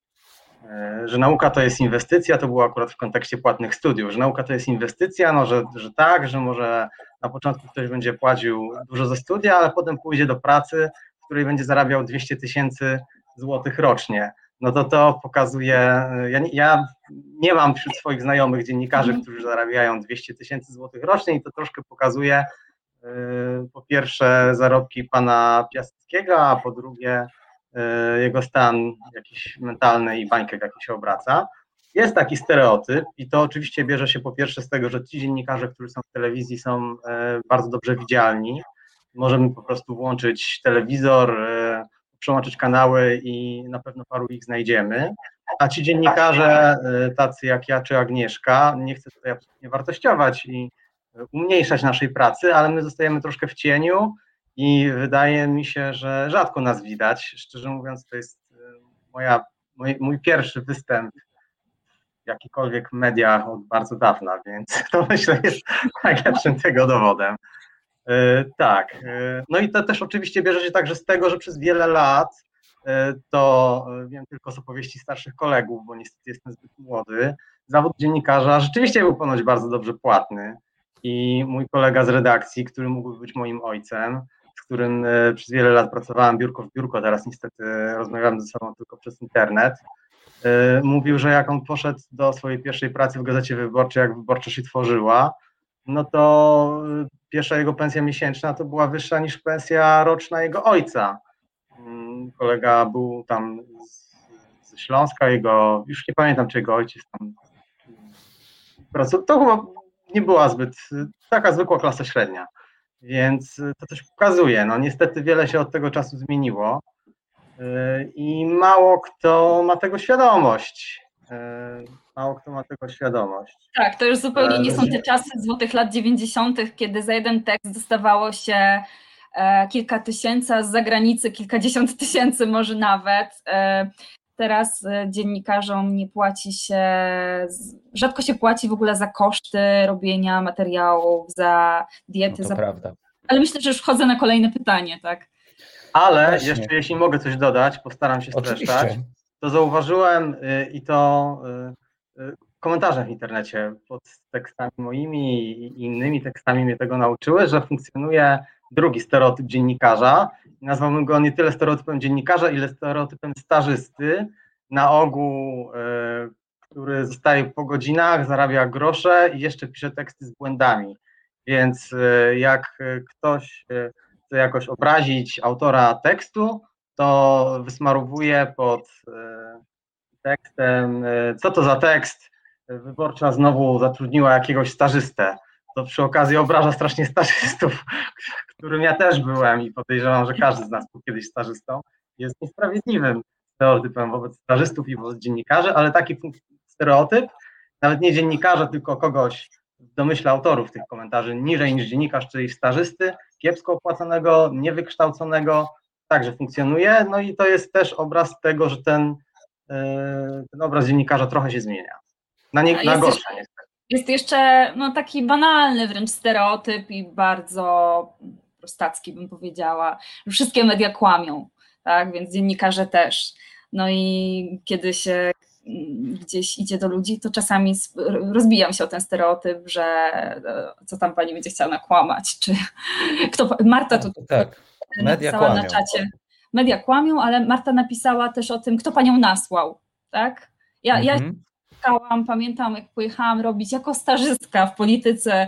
nauka to jest inwestycja, to było akurat w kontekście płatnych studiów, że nauka to jest inwestycja, no że tak, że może na początku ktoś będzie płacił dużo za studia, ale potem pójdzie do pracy, w której będzie zarabiał 200 000 złotych rocznie. No to pokazuje, ja nie mam wśród swoich znajomych dziennikarzy, którzy zarabiają 200 000 złotych rocznie i to troszkę pokazuje po pierwsze zarobki pana Piaseckiego, a po drugie jego stan jakiś mentalny i bańkę w jakiej się obraca. Jest taki stereotyp i to oczywiście bierze się po pierwsze z tego, że ci dziennikarze, którzy są w telewizji, są bardzo dobrze widzialni. Możemy po prostu włączyć telewizor, przełączyć kanały i na pewno paru ich znajdziemy. A ci dziennikarze, tacy jak ja czy Agnieszka, nie chcę tutaj absolutnie wartościować i umniejszać naszej pracy, ale my zostajemy troszkę w cieniu i wydaje mi się, że rzadko nas widać. Szczerze mówiąc, to jest mój pierwszy występ w jakichkolwiek mediach od bardzo dawna, więc to myślę jest najlepszym tego dowodem. Tak, no i to też oczywiście bierze się także z tego, że przez wiele lat, to wiem tylko z opowieści starszych kolegów, bo niestety jestem zbyt młody, zawód dziennikarza rzeczywiście był ponoć bardzo dobrze płatny i mój kolega z redakcji, który mógł być moim ojcem, z którym przez wiele lat pracowałem biurko w biurko, teraz niestety rozmawiamy ze sobą tylko przez internet, mówił, że jak on poszedł do swojej pierwszej pracy w Gazecie Wyborczej, jak Wyborcza się tworzyła, no to pierwsza jego pensja miesięczna to była wyższa niż pensja roczna jego ojca. Kolega był tam ze Śląska, już nie pamiętam, czy jego ojciec tam pracował, to chyba nie była zbyt taka zwykła klasa średnia, więc to też pokazuje, no niestety wiele się od tego czasu zmieniło i mało kto ma tego świadomość. Tak, to już zupełnie nie są te czasy złotych lat 90., kiedy za jeden tekst dostawało się kilka tysięcy, a z zagranicy kilkadziesiąt tysięcy może nawet. Teraz dziennikarzom nie płaci się, rzadko się płaci w ogóle za koszty robienia materiałów, za diety. No to prawda. Ale myślę, że już wchodzę na kolejne pytanie, tak? Ale Właśnie. jeszcze jeśli mogę coś dodać, postaram się streszczać, to zauważyłem i to komentarze w internecie pod tekstami moimi i innymi tekstami mnie tego nauczyły, że funkcjonuje drugi stereotyp dziennikarza. Nazwałbym go nie tyle stereotypem dziennikarza, ile stereotypem stażysty, na ogół, który zostaje po godzinach, zarabia grosze i jeszcze pisze teksty z błędami. Więc jak ktoś chce jakoś obrazić autora tekstu, to wysmarowuje pod tekstem, co to za tekst, Wyborcza znowu zatrudniła jakiegoś stażystę. To przy okazji obraża strasznie stażystów, którym ja też byłem i podejrzewam, że każdy z nas był kiedyś stażystą. Jest niesprawiedliwym stereotypem wobec stażystów i wobec dziennikarzy, ale taki stereotyp, nawet nie dziennikarza, tylko kogoś w domyśle autorów tych komentarzy niżej niż dziennikarz, czyli stażysty, kiepsko opłaconego, niewykształconego, także funkcjonuje. No i to jest też obraz tego, że ten obraz dziennikarza trochę się zmienia. Na gorsze niestety. Jest jeszcze taki banalny wręcz stereotyp i bardzo prostacki, bym powiedziała. Wszystkie media kłamią, tak? Więc dziennikarze też. No i kiedy się gdzieś idzie do ludzi, to czasami rozbijam się o ten stereotyp, że co tam pani będzie chciała nakłamać, czy Marta tu tak. Media napisała kłamią. na czacie. Media kłamią, ale Marta napisała też o tym, kto panią nasłał, tak? Ja pamiętam, jak pojechałam robić jako stażystka w polityce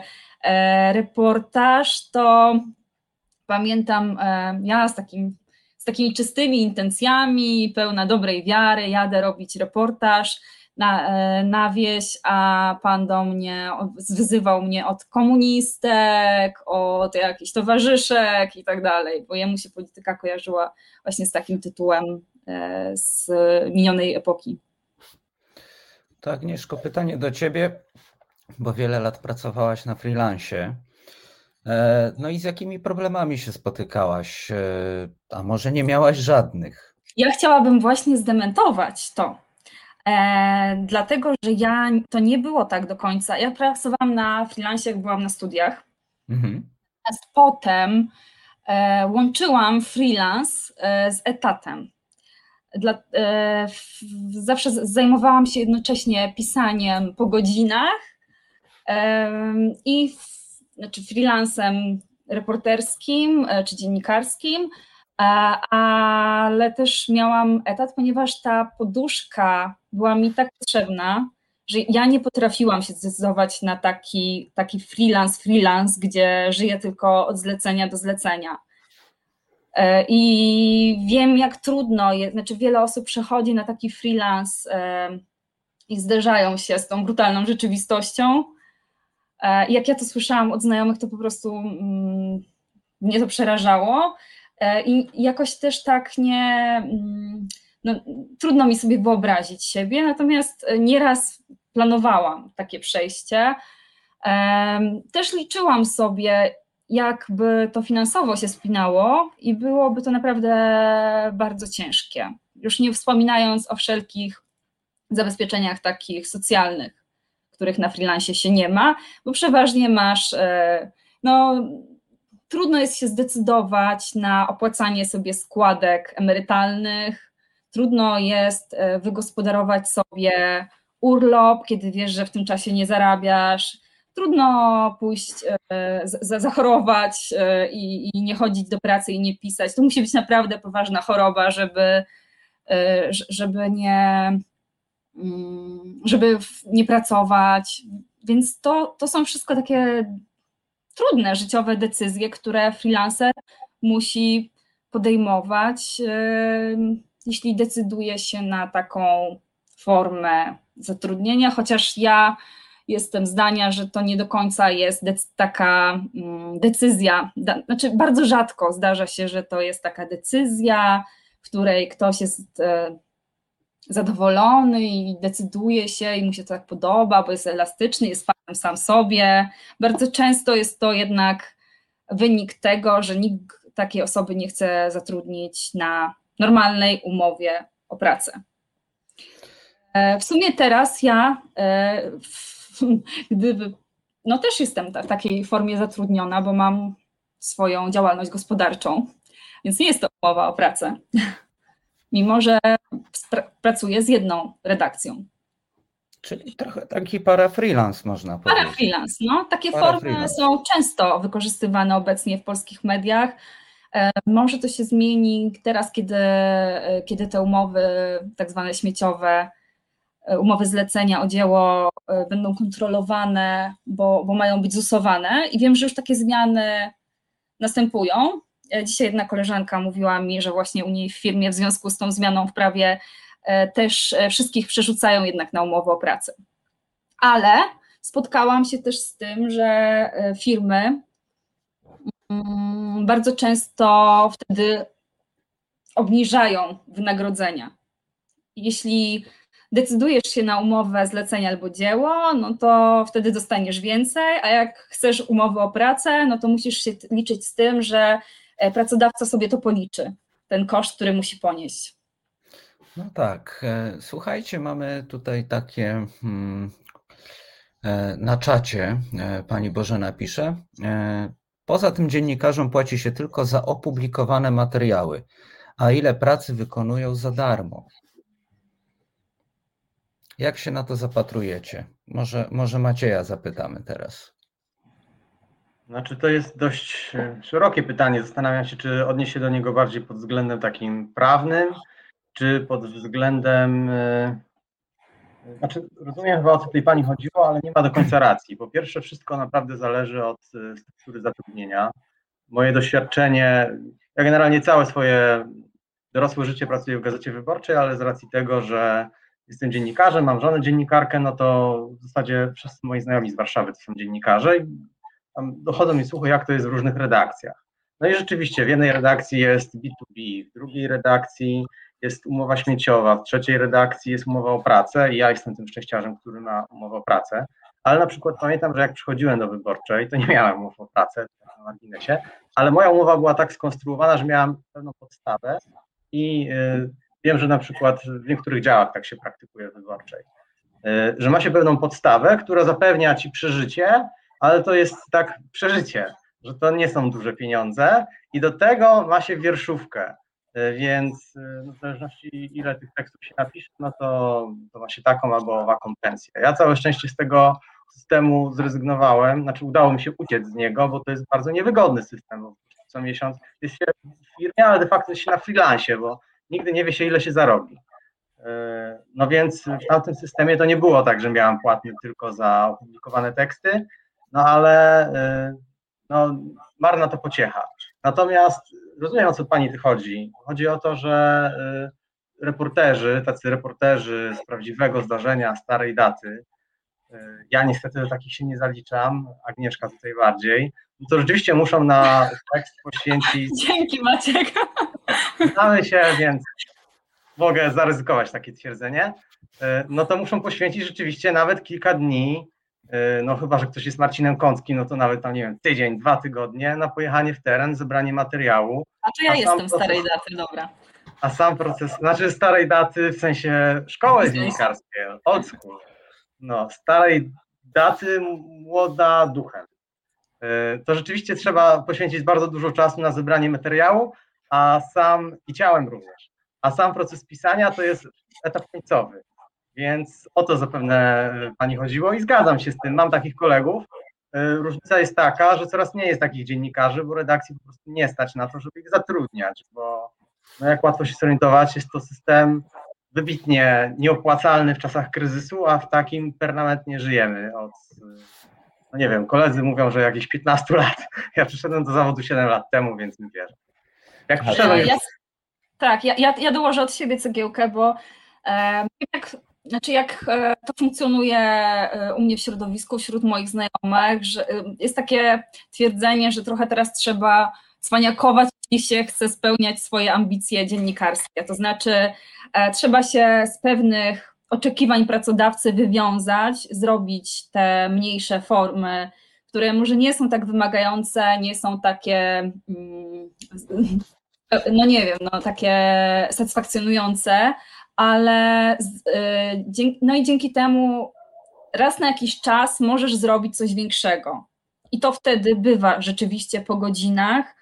reportaż, to pamiętam, ja z takimi czystymi intencjami, pełna dobrej wiary, jadę robić reportaż na wieś, a pan do mnie wyzywał mnie od komunistek, od jakichś towarzyszek i tak dalej, bo jemu się polityka kojarzyła właśnie z takim tytułem z minionej epoki. To Agnieszko, pytanie do ciebie, bo wiele lat pracowałaś na freelancie. No i z jakimi problemami się spotykałaś? A może nie miałaś żadnych? Ja chciałabym właśnie zdementować to, dlatego że to nie było tak do końca. Ja pracowałam na freelancie, jak byłam na studiach. Natomiast potem łączyłam freelance z etatem. Zawsze zajmowałam się jednocześnie pisaniem po godzinach i freelancem reporterskim czy dziennikarskim, ale też miałam etat, ponieważ ta poduszka była mi tak potrzebna, że ja nie potrafiłam się zdecydować na taki freelance, gdzie żyję tylko od zlecenia do zlecenia. I wiem, jak trudno jest, wiele osób przechodzi na taki freelance i zderzają się z tą brutalną rzeczywistością. Jak ja to słyszałam od znajomych, to po prostu mnie to przerażało i jakoś też tak trudno mi sobie wyobrazić siebie, natomiast nieraz planowałam takie przejście. Też liczyłam sobie, jakby to finansowo się spinało i byłoby to naprawdę bardzo ciężkie. Już nie wspominając o wszelkich zabezpieczeniach takich socjalnych, których na freelancie się nie ma, bo przeważnie masz, trudno jest się zdecydować na opłacanie sobie składek emerytalnych, trudno jest wygospodarować sobie urlop, kiedy wiesz, że w tym czasie nie zarabiasz, trudno pójść, zachorować i nie chodzić do pracy i nie pisać. To musi być naprawdę poważna choroba, żeby nie pracować, więc to są wszystko takie trudne życiowe decyzje, które freelancer musi podejmować, jeśli decyduje się na taką formę zatrudnienia, chociaż ja jestem zdania, że to nie do końca jest taka decyzja, bardzo rzadko zdarza się, że to jest taka decyzja, w której ktoś jest zadowolony i decyduje się i mu się to tak podoba, bo jest elastyczny, jest fanem sam sobie. Bardzo często jest to jednak wynik tego, że nikt takiej osoby nie chce zatrudnić na normalnej umowie o pracę. W sumie teraz ja, też jestem w takiej formie zatrudniona, bo mam swoją działalność gospodarczą, więc nie jest to umowa o pracę. Mimo że pracuję z jedną redakcją. Czyli trochę taki parafreelance można powiedzieć. Parafreelance, takie formy są często wykorzystywane obecnie w polskich mediach. Może to się zmieni teraz, kiedy te umowy tak zwane śmieciowe, umowy zlecenia o dzieło będą kontrolowane, bo mają być zusowane i wiem, że już takie zmiany następują. Dzisiaj jedna koleżanka mówiła mi, że właśnie u niej w firmie w związku z tą zmianą w prawie też wszystkich przerzucają jednak na umowę o pracę. Ale spotkałam się też z tym, że firmy bardzo często wtedy obniżają wynagrodzenia. Jeśli decydujesz się na umowę zlecenia albo dzieło, no to wtedy dostaniesz więcej, a jak chcesz umowę o pracę, no to musisz się liczyć z tym, że pracodawca sobie to policzy, ten koszt, który musi ponieść. No tak, słuchajcie, mamy tutaj takie na czacie, pani Bożena pisze, poza tym dziennikarzom płaci się tylko za opublikowane materiały, a ile pracy wykonują za darmo. Jak się na to zapatrujecie? Może Macieja zapytamy teraz. Znaczy, to jest dość szerokie pytanie. Zastanawiam się, czy odnieść się do niego bardziej pod względem takim prawnym, czy pod względem... Znaczy, rozumiem chyba, o co tej pani chodziło, ale nie ma do końca racji. Po pierwsze, wszystko naprawdę zależy od struktury zatrudnienia. Moje doświadczenie, ja generalnie całe swoje dorosłe życie pracuję w Gazecie Wyborczej, ale z racji tego, że jestem dziennikarzem, mam żonę dziennikarkę, no to w zasadzie wszyscy moi znajomi z Warszawy to są dziennikarze i tam dochodzą mi słuchy, jak to jest w różnych redakcjach. No i rzeczywiście w jednej redakcji jest B2B, w drugiej redakcji jest umowa śmieciowa, w trzeciej redakcji jest umowa o pracę i ja jestem tym szczęściarzem, który ma umowę o pracę, ale na przykład pamiętam, że jak przychodziłem do Wyborczej, to nie miałem umowy o pracę, tak na marginesie, ale moja umowa była tak skonstruowana, że miałam pewną podstawę i wiem, że na przykład w niektórych działach tak się praktykuje w Wyborczej, że ma się pewną podstawę, która zapewnia ci przeżycie, ale to jest tak przeżycie, że to nie są duże pieniądze i do tego ma się wierszówkę, więc w zależności ile tych tekstów się napisze, no to ma się taką albo owaką pensję. Ja całe szczęście z tego systemu zrezygnowałem, znaczy udało mi się uciec z niego, bo to jest bardzo niewygodny system, bo co miesiąc jest się w firmie, ale de facto jest się na freelancie, bo nigdy nie wie się ile się zarobi. No więc w tamtym systemie to nie było tak, że miałam płatny tylko za opublikowane teksty, no ale no, marna to pociecha. Natomiast rozumiem, o co pani chodzi. Chodzi o to, że tacy reporterzy z prawdziwego zdarzenia, starej daty, ja niestety do takich się nie zaliczam, Agnieszka tutaj bardziej, no to rzeczywiście muszą na tekst poświęcić... Dzięki, Maciek. Znamy się, więc mogę zaryzykować takie twierdzenie. No to muszą poświęcić rzeczywiście nawet kilka dni, no chyba, że ktoś jest Marcinem Kąckim, no to nawet tam, nie wiem, tydzień, 2 tygodnie na pojechanie w teren, zebranie materiału. A to ja jestem starej daty, dobra. A sam proces, znaczy starej daty w sensie szkoły dziennikarskie, old school. No, starej daty, młoda duchem. To rzeczywiście trzeba poświęcić bardzo dużo czasu na zebranie materiału, i ciałem również. A sam proces pisania to jest etap końcowy. Więc o to zapewne pani chodziło i zgadzam się z tym. Mam takich kolegów. Różnica jest taka, że coraz mniej jest takich dziennikarzy, bo redakcji po prostu nie stać na to, żeby ich zatrudniać, bo no jak łatwo się zorientować, jest to system wybitnie nieopłacalny w czasach kryzysu, a w takim permanentnie żyjemy od, no nie wiem, koledzy mówią, że jakieś 15 lat. Ja przyszedłem do zawodu 7 lat temu, więc mi wierzę. Jak przyszedłem... Ja dołożę od siebie cegiełkę, bo jak to funkcjonuje u mnie w środowisku, wśród moich znajomych, że jest takie twierdzenie, że trochę teraz trzeba cwaniakować, jeśli się chce spełniać swoje ambicje dziennikarskie. To znaczy trzeba się z pewnych oczekiwań pracodawcy wywiązać, zrobić te mniejsze formy, które może nie są tak wymagające, nie są takie, no nie wiem, no takie satysfakcjonujące, ale no i dzięki temu raz na jakiś czas możesz zrobić coś większego. I to wtedy bywa rzeczywiście po godzinach,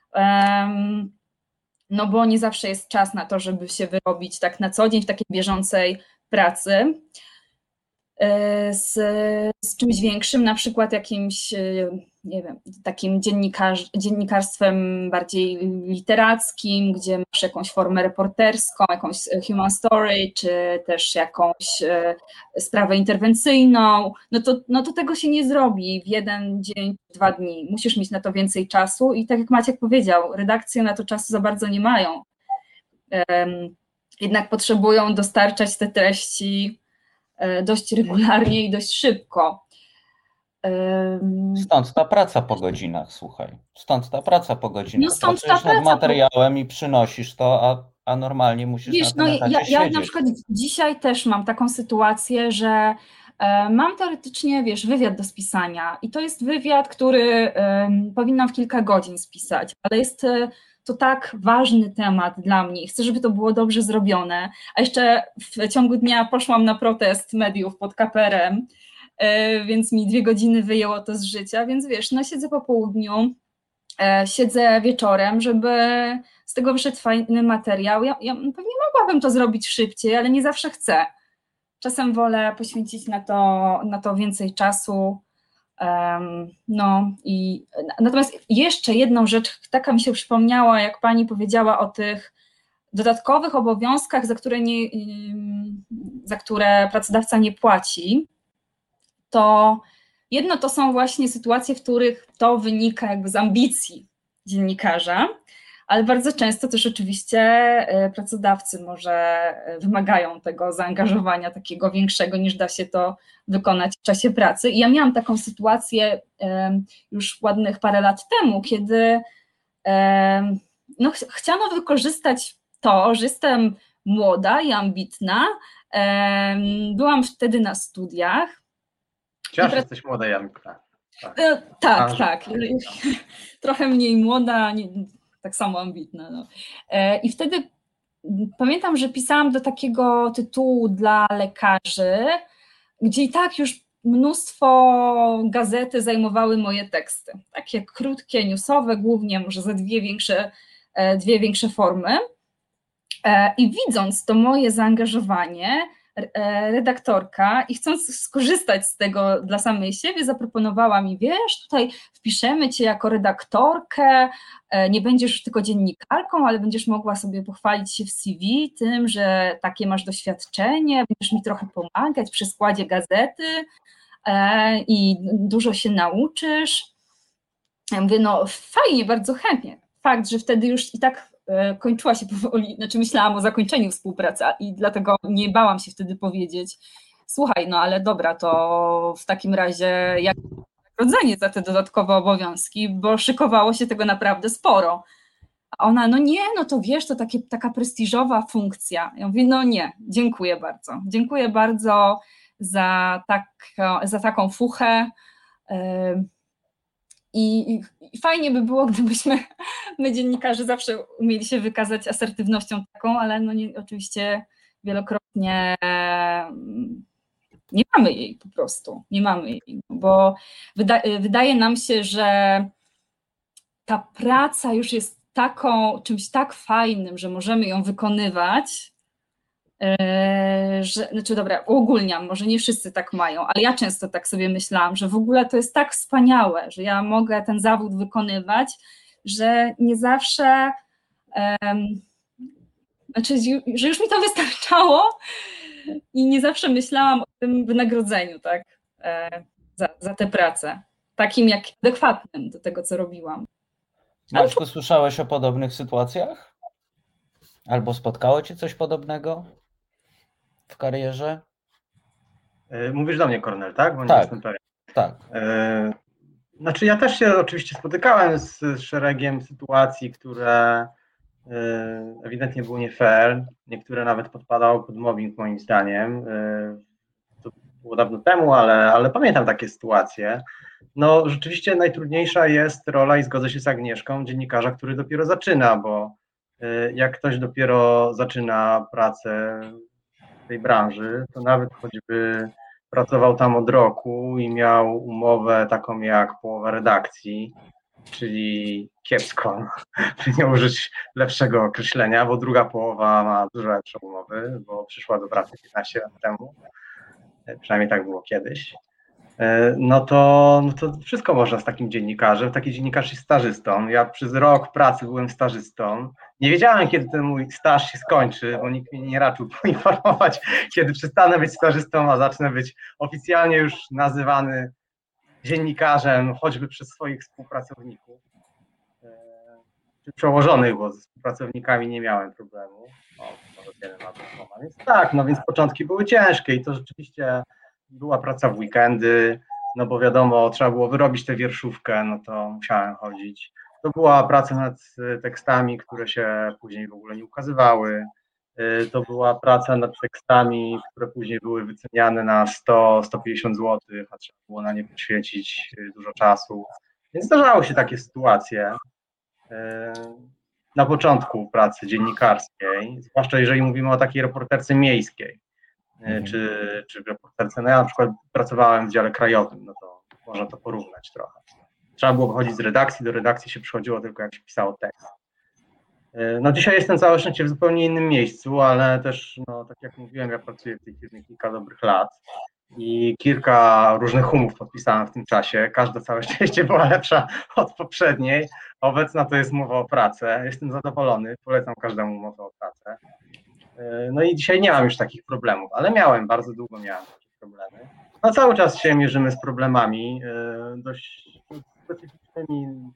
no bo nie zawsze jest czas na to, żeby się wyrobić tak na co dzień w takiej bieżącej pracy. z czymś większym, na przykład jakimś, nie wiem, takim dziennikarstwem bardziej literackim, gdzie masz jakąś formę reporterską, jakąś human story, czy też jakąś sprawę interwencyjną, no to tego się nie zrobi w 1 dzień, 2 dni. Musisz mieć na to więcej czasu i tak jak Maciek powiedział, redakcje na to czasu za bardzo nie mają. Jednak potrzebują dostarczać te treści dość regularnie i dość szybko. Stąd ta praca po godzinach, słuchaj. Stąd ta praca po godzinach. No stąd Pracujesz ta nad praca, materiałem i przynosisz to, a normalnie musisz wiesz, na tym etacie ja siedzieć. na przykład dzisiaj też mam taką sytuację, że mam teoretycznie, wiesz, wywiad do spisania i to jest wywiad, który powinnam w kilka godzin spisać, ale jest to tak ważny temat dla mnie. Chcę, żeby to było dobrze zrobione, a jeszcze w ciągu dnia poszłam na protest mediów pod KPRM, więc mi 2 godziny wyjęło to z życia, więc wiesz, no siedzę po południu, siedzę wieczorem, żeby z tego wyszedł fajny materiał. Ja pewnie mogłabym to zrobić szybciej, ale nie zawsze chcę. Czasem wolę poświęcić na to więcej czasu. No i natomiast jeszcze jedną rzecz, taka mi się przypomniała, jak pani powiedziała o tych dodatkowych obowiązkach, za które pracodawca nie płaci, to jedno to są właśnie sytuacje, w których to wynika jakby z ambicji dziennikarza, ale bardzo często też oczywiście pracodawcy może wymagają tego zaangażowania takiego większego, niż da się to wykonać w czasie pracy. I ja miałam taką sytuację już ładnych parę lat temu, kiedy no, chciano wykorzystać to, że jestem młoda i ambitna. Byłam wtedy na studiach. Wciąż jesteś młoda, Janka. Tak. Trochę mniej młoda, tak samo ambitna. No. I wtedy pamiętam, że pisałam do takiego tytułu dla lekarzy, gdzie i tak już mnóstwo gazety zajmowały moje teksty. Takie krótkie, newsowe, głównie może ze 2 większe formy. I widząc to moje zaangażowanie, redaktorka i chcąc skorzystać z tego dla samej siebie, zaproponowała mi, wiesz, tutaj wpiszemy cię jako redaktorkę, nie będziesz tylko dziennikarką, ale będziesz mogła sobie pochwalić się w CV tym, że takie masz doświadczenie, będziesz mi trochę pomagać przy składzie gazety i dużo się nauczysz. Ja mówię, no fajnie, bardzo chętnie. Fakt, że wtedy już i tak kończyła się powoli, znaczy myślałam o zakończeniu współpracy i dlatego nie bałam się wtedy powiedzieć, słuchaj, no ale dobra, to w takim razie jak wynagrodzenie za te dodatkowe obowiązki, bo szykowało się tego naprawdę sporo. A ona, no nie, no to wiesz, to taka prestiżowa funkcja. Ja mówię, no nie, dziękuję bardzo za taką fuchę. I fajnie by było, gdybyśmy, my dziennikarze zawsze umieli się wykazać asertywnością taką, ale no nie, oczywiście wielokrotnie nie mamy jej po prostu, nie mamy jej, bo wydaje nam się, że ta praca już jest czymś tak fajnym, że możemy ją wykonywać, że, znaczy dobra, uogólniam, może nie wszyscy tak mają, ale ja często tak sobie myślałam, że w ogóle to jest tak wspaniałe, że ja mogę ten zawód wykonywać, że nie zawsze, znaczy, że już mi to wystarczało i nie zawsze myślałam o tym wynagrodzeniu, tak, za tę pracę, takim jak adekwatnym do tego, co robiłam. Maćku, słyszałeś o podobnych sytuacjach? Albo spotkało cię coś podobnego w karierze? Mówisz do mnie, Kornel, tak? Bo nie Tak. jestem pewien. Tak. Znaczy ja też się oczywiście spotykałem z szeregiem sytuacji, które ewidentnie były nie fair. Niektóre nawet podpadały pod mobbing moim zdaniem. To było dawno temu, ale pamiętam takie sytuacje. No rzeczywiście najtrudniejsza jest rola, i zgodzę się z Agnieszką, dziennikarza, który dopiero zaczyna, bo jak ktoś dopiero zaczyna pracę w tej branży, to nawet choćby pracował tam od roku i miał umowę taką jak połowa redakcji, czyli kiepską, by nie użyć lepszego określenia, bo druga połowa ma dużo lepsze umowy, bo przyszła do pracy 15 lat temu. przynajmniej tak było kiedyś, no to wszystko można z takim dziennikarzem. Taki dziennikarz jest stażystą. Ja przez rok pracy byłem stażystą. Nie wiedziałem, kiedy ten mój staż się skończy, bo nikt mnie nie raczył poinformować, kiedy przestanę być stażystą, a zacznę być oficjalnie już nazywany dziennikarzem, choćby przez swoich współpracowników czy przełożonych, bo ze współpracownikami nie miałem problemu. Może wiele na to słowa. Więc tak, no więc początki były ciężkie i to rzeczywiście była praca w weekendy, no bo wiadomo, trzeba było wyrobić tę wierszówkę, no to musiałem chodzić. To była praca nad tekstami, które się później w ogóle nie ukazywały. To była praca nad tekstami, które później były wyceniane na 100-150 zł, a trzeba było na nie poświęcić dużo czasu. Więc zdarzały się takie sytuacje na początku pracy dziennikarskiej, zwłaszcza jeżeli mówimy o takiej reporterce miejskiej, czy reporterce, no ja na przykład pracowałem w dziale krajowym, no to można to porównać trochę. Trzeba było wychodzić z redakcji, do redakcji się przychodziło tylko jak się pisało tekst. No dzisiaj jestem całe szczęście w zupełnie innym miejscu, ale też, no tak jak mówiłem, ja pracuję w tej firmie kilka dobrych lat i kilka różnych umów podpisałem w tym czasie. Każda całe szczęście była lepsza od poprzedniej. Obecna to jest umowa o pracę. Jestem zadowolony, polecam każdemu umowę o pracę. No i dzisiaj nie mam już takich problemów, ale bardzo długo miałem takie problemy. No cały czas się mierzymy z problemami dość specyficznymi.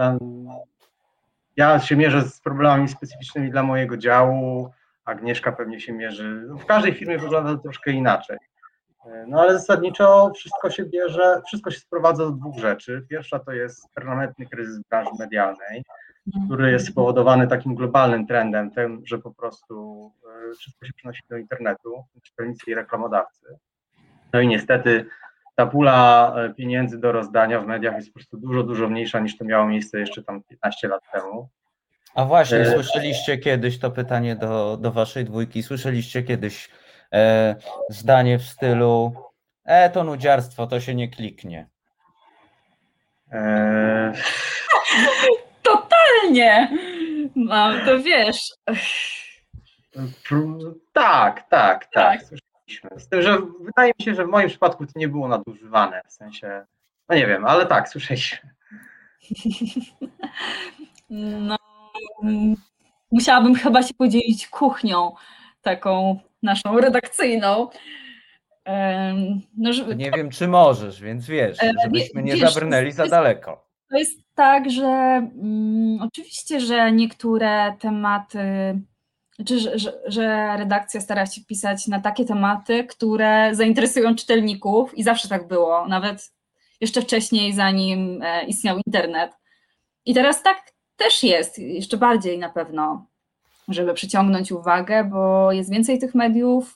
Ja się mierzę z problemami specyficznymi dla mojego działu, Agnieszka pewnie się mierzy. W każdej firmie wygląda to troszkę inaczej. No ale zasadniczo wszystko się sprowadza do dwóch rzeczy. Pierwsza to jest permanentny kryzys branży medialnej, który jest spowodowany takim globalnym trendem, tym, że po prostu wszystko się przenosi do internetu, czytelnicy i reklamodawcy. No i niestety ta pula pieniędzy do rozdania w mediach jest po prostu dużo, dużo mniejsza niż to miało miejsce jeszcze tam 15 lat temu. A właśnie, słyszeliście kiedyś, to pytanie do waszej dwójki, słyszeliście kiedyś zdanie w stylu to nudziarstwo, to się nie kliknie. Totalnie! No, to wiesz. Tak. Słyszeliśmy. Z tym, że wydaje mi się, że w moim przypadku to nie było nadużywane, w sensie, no nie wiem, ale tak, słyszeliśmy. No, musiałabym chyba się podzielić kuchnią taką naszą redakcyjną. No, nie wiem, czy możesz, więc wiesz, żebyśmy nie zabrnęli za daleko. To jest tak, że oczywiście, że niektóre tematy, że redakcja stara się pisać na takie tematy, które zainteresują czytelników i zawsze tak było, nawet jeszcze wcześniej, zanim istniał internet. I teraz tak też jest, jeszcze bardziej na pewno, żeby przyciągnąć uwagę, bo jest więcej tych mediów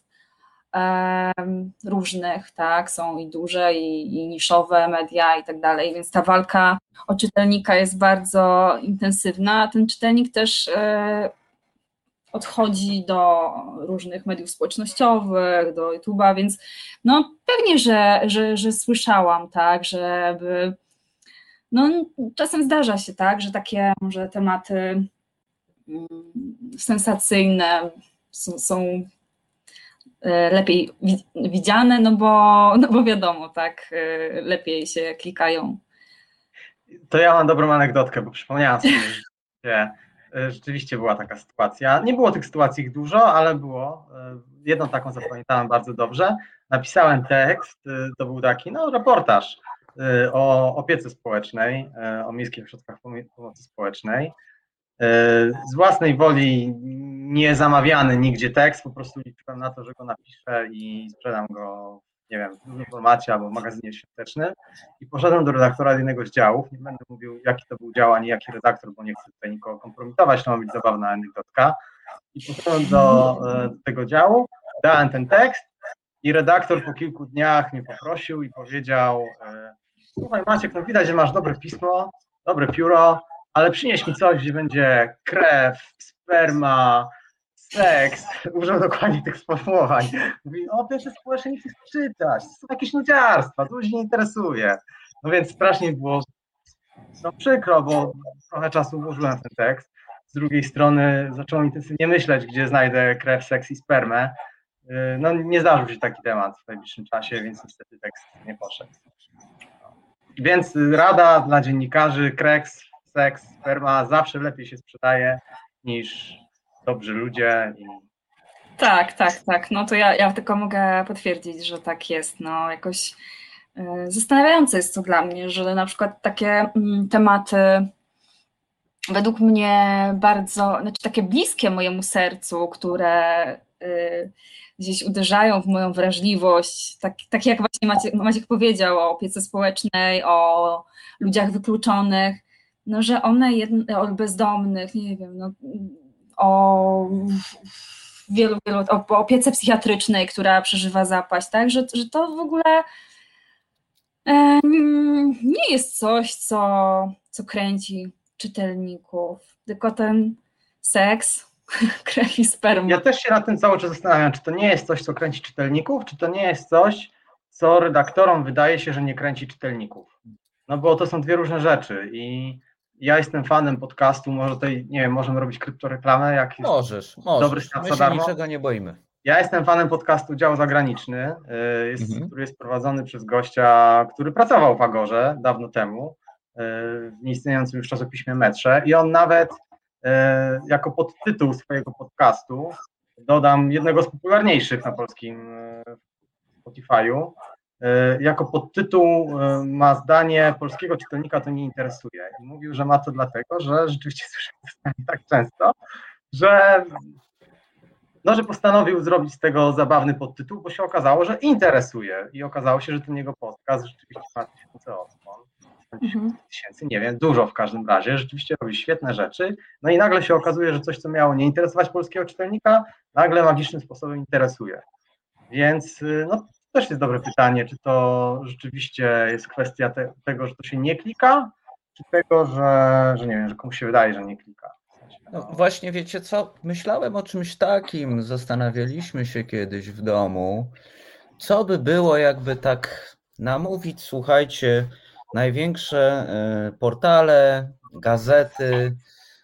różnych, tak, są i duże, i niszowe media i tak dalej, więc ta walka o czytelnika jest bardzo intensywna, a ten czytelnik też odchodzi do różnych mediów społecznościowych, do YouTube'a, więc no pewnie, że słyszałam, tak, żeby no czasem zdarza się tak, że takie może tematy sensacyjne są lepiej widziane, no bo wiadomo, tak, lepiej się klikają. To ja mam dobrą anegdotkę, bo przypomniałam sobie, że rzeczywiście była taka sytuacja. Nie było tych sytuacji dużo, ale było. Jedną taką zapamiętałem bardzo dobrze. Napisałem tekst, to był taki reportaż o opiece społecznej, o miejskich ośrodkach pomocy społecznej. Z własnej woli nie zamawiany nigdzie tekst, po prostu liczyłem na to, że go napiszę i sprzedam go, nie wiem, w dużym formacie albo w magazynie świątecznym i poszedłem do redaktora jednego z działów, nie będę mówił jaki to był dział, ani jaki redaktor, bo nie chcę tutaj nikogo kompromitować, to ma być zabawna anegdotka i poszedłem do tego działu, dałem ten tekst i redaktor po kilku dniach mnie poprosił i powiedział: słuchaj Maciek, no widać, że masz dobre pismo, dobre pióro, ale przynieś mi coś, gdzie będzie krew, sperma, seks. Użył dokładnie tych sformułowań. Mówi, opiece społeczne nie chcesz czytać, to są jakieś nudziarstwa, to ludzi nie interesuje. No więc strasznie było przykro, bo trochę czasu włożyłem ten tekst. Z drugiej strony zacząłem intensywnie myśleć, gdzie znajdę krew, seks i spermę. no nie zdarzył się taki temat w najbliższym czasie, więc niestety tekst nie poszedł. Więc rada dla dziennikarzy: kreks, seks, sperma zawsze lepiej się sprzedaje niż dobrzy ludzie. Tak. No to ja tylko mogę potwierdzić, że tak jest. No jakoś zastanawiające jest to dla mnie, że na przykład takie tematy według mnie bardzo, znaczy takie bliskie mojemu sercu, które gdzieś uderzają w moją wrażliwość, tak jak właśnie Maciek powiedział o opiece społecznej, o ludziach wykluczonych, no że one, o bezdomnych, nie wiem, no, o wielu, o opiece psychiatrycznej, która przeżywa zapaść, tak, że to w ogóle nie jest coś, co kręci czytelników, tylko ten seks, krew i sperma. Ja też się nad tym cały czas zastanawiam, czy to nie jest coś, co kręci czytelników, czy to nie jest coś, co redaktorom wydaje się, że nie kręci czytelników. No bo to są dwie różne rzeczy i ja jestem fanem podcastu, może tutaj, nie wiem, możemy robić kryptoreklamę, jak jest Możesz. dobry start My za się darmo. niczego nie boimy. Ja jestem fanem podcastu Dział Zagraniczny, który jest prowadzony przez gościa, który pracował w Agorze dawno temu, w nieistniejącym już czasopiśmie Metrze, i on nawet jako podtytuł swojego podcastu, dodam jednego z popularniejszych na polskim Spotify'u, jako podtytuł ma zdanie: polskiego czytelnika to nie interesuje. I mówił, że ma to dlatego, że rzeczywiście słyszę to zdanie tak często, że postanowił zrobić z tego zabawny podtytuł, bo się okazało, że interesuje. I okazało się, że ten jego podcast rzeczywiście ma 1000 odsłon. 10 000, nie wiem, dużo w każdym razie. Rzeczywiście robi świetne rzeczy. No i nagle się okazuje, że coś, co miało nie interesować polskiego czytelnika, nagle magicznym sposobem interesuje. Więc no, to też jest dobre pytanie, czy to rzeczywiście jest kwestia tego, że to się nie klika, czy tego, że nie wiem, że komuś się wydaje, że nie klika. No właśnie, wiecie co, myślałem o czymś takim, zastanawialiśmy się kiedyś w domu, co by było, jakby tak namówić, słuchajcie, największe portale, gazety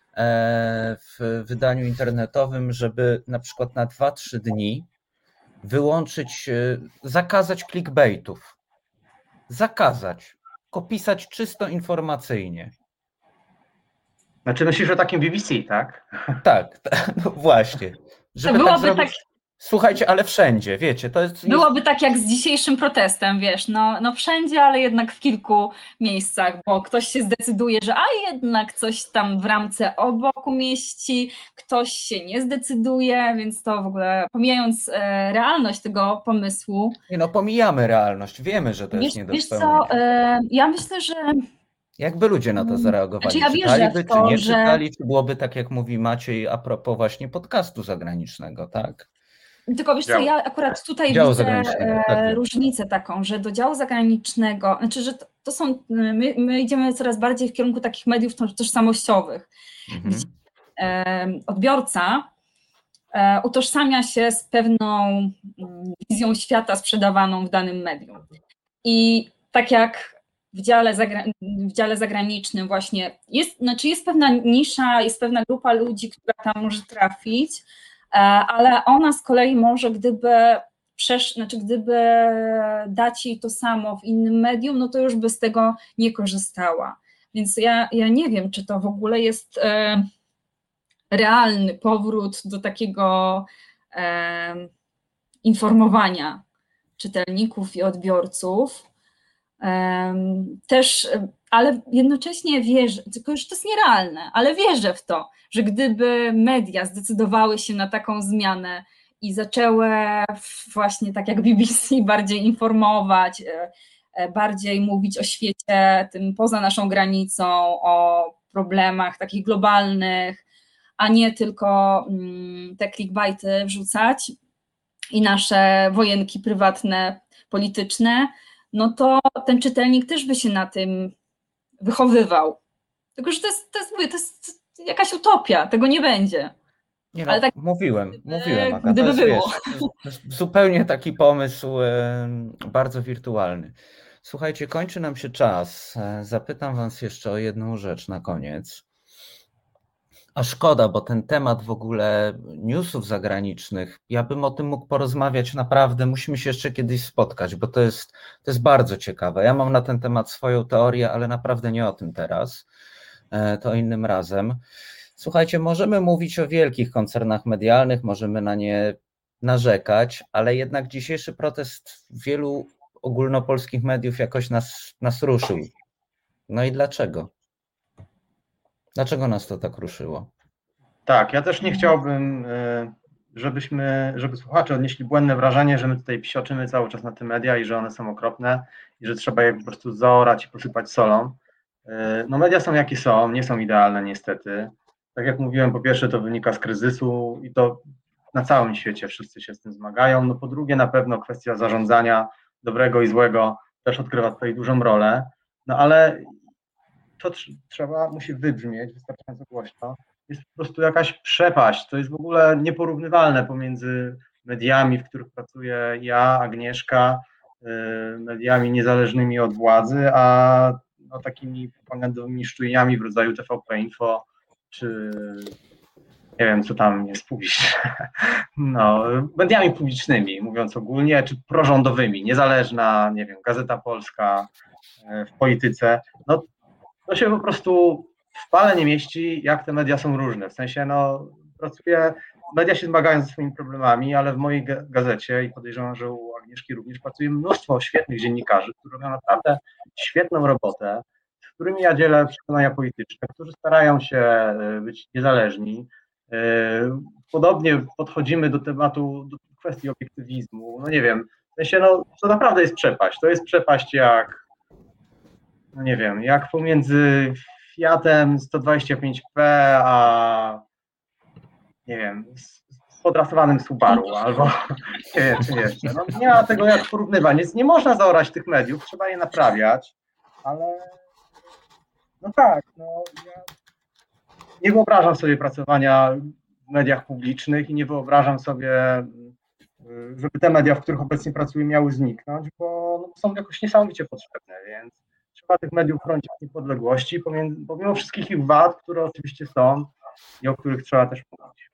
w wydaniu internetowym, żeby na przykład na 2-3 dni wyłączyć, zakazać clickbaitów. Zakazać, tylko pisać czysto informacyjnie. Znaczy myślisz o takim BBC, tak? Tak, no właśnie. Żeby To byłoby tak zrobić, słuchajcie, ale wszędzie, wiecie, to jest... Byłoby tak jak z dzisiejszym protestem, wiesz, no wszędzie, ale jednak w kilku miejscach, bo ktoś się zdecyduje, że jednak coś tam w ramce obok umieści, ktoś się nie zdecyduje, więc to w ogóle, pomijając realność tego pomysłu... Nie no, pomijamy realność, wiemy, że to jest nie do Wiesz co, spełnienia. ja myślę, że... Jakby ludzie na to zareagowali? Znaczy ja wierzę Czytaliby, w to, czy nie że... czytali, czy byłoby tak, jak mówi Maciej, a propos właśnie podcastu zagranicznego, tak? Tylko wiesz co, ja akurat tutaj Działu widzę zagranicznego, tak. różnicę taką, że do działu zagranicznego, znaczy, że to są, my idziemy coraz bardziej w kierunku takich mediów tożsamościowych, gdzie odbiorca utożsamia się z pewną wizją świata sprzedawaną w danym medium. I tak jak w dziale zagranicznym właśnie jest pewna nisza, jest pewna grupa ludzi, która tam może trafić, ale ona z kolei może, gdyby dać jej to samo w innym medium, no to już by z tego nie korzystała. Więc ja nie wiem, czy to w ogóle jest realny powrót do takiego informowania czytelników i odbiorców. Też, ale jednocześnie wierzę, tylko że to jest nierealne, ale wierzę w to, że gdyby media zdecydowały się na taką zmianę i zaczęły właśnie tak jak BBC bardziej informować, bardziej mówić o świecie tym poza naszą granicą, o problemach takich globalnych, a nie tylko te clickbaity wrzucać i nasze wojenki prywatne, polityczne, no to ten czytelnik też by się na tym wychowywał. Tylko że to jest jakaś utopia, tego nie będzie. Nie no, ale tak, mówiłem, Aga, gdyby to jest, było. Wiesz, to jest zupełnie taki pomysł bardzo wirtualny. Słuchajcie, kończy nam się czas. Zapytam was jeszcze o jedną rzecz na koniec. A szkoda, bo ten temat w ogóle newsów zagranicznych, ja bym o tym mógł porozmawiać naprawdę, musimy się jeszcze kiedyś spotkać, bo to jest bardzo ciekawe. Ja mam na ten temat swoją teorię, ale naprawdę nie o tym teraz, to innym razem. Słuchajcie, możemy mówić o wielkich koncernach medialnych, możemy na nie narzekać, ale jednak dzisiejszy protest wielu ogólnopolskich mediów jakoś nas ruszył. No i dlaczego? Dlaczego nas to tak ruszyło? Tak, ja też nie chciałbym, żeby słuchacze odnieśli błędne wrażenie, że my tutaj psioczymy cały czas na te media i że one są okropne i że trzeba je po prostu zaorać i posypać solą. No media są jakie są, nie są idealne niestety. Tak jak mówiłem, po pierwsze to wynika z kryzysu i to na całym świecie wszyscy się z tym zmagają. No po drugie na pewno kwestia zarządzania dobrego i złego też odgrywa tutaj dużą rolę, no ale to musi wybrzmieć wystarczająco głośno. Jest po prostu jakaś przepaść, to jest w ogóle nieporównywalne pomiędzy mediami, w których pracuję ja, Agnieszka, mediami niezależnymi od władzy, a no, takimi propagandowymi szczujniami w rodzaju TVP Info, czy nie wiem, co tam jest publiczne, no, mediami publicznymi, mówiąc ogólnie, czy prorządowymi, niezależna, nie wiem, Gazeta Polska w polityce, no to się po prostu w pale nie mieści, jak te media są różne, w sensie, no, media się zmagają ze swoimi problemami, ale w mojej gazecie i podejrzewam, że u Agnieszki również pracuje mnóstwo świetnych dziennikarzy, którzy robią naprawdę świetną robotę, z którymi ja dzielę przekonania polityczne, którzy starają się być niezależni. Podobnie podchodzimy do tematu, do kwestii obiektywizmu, no nie wiem, w sensie, no, to naprawdę jest przepaść, to jest przepaść jak, no nie wiem, jak pomiędzy Fiatem 125P a nie wiem, z podrasowanym Subaru, albo nie wiem, czy jeszcze. No, nie ma tego jak porównywać, więc nie można zaorać tych mediów, trzeba je naprawiać, ale no tak, no ja nie wyobrażam sobie pracowania w mediach publicznych i nie wyobrażam sobie, żeby te media, w których obecnie pracuję, miały zniknąć, bo no, są jakoś niesamowicie potrzebne, więc trzeba tych mediów chronić w niepodległości, pomimo wszystkich ich wad, które oczywiście są i o których trzeba też mówić.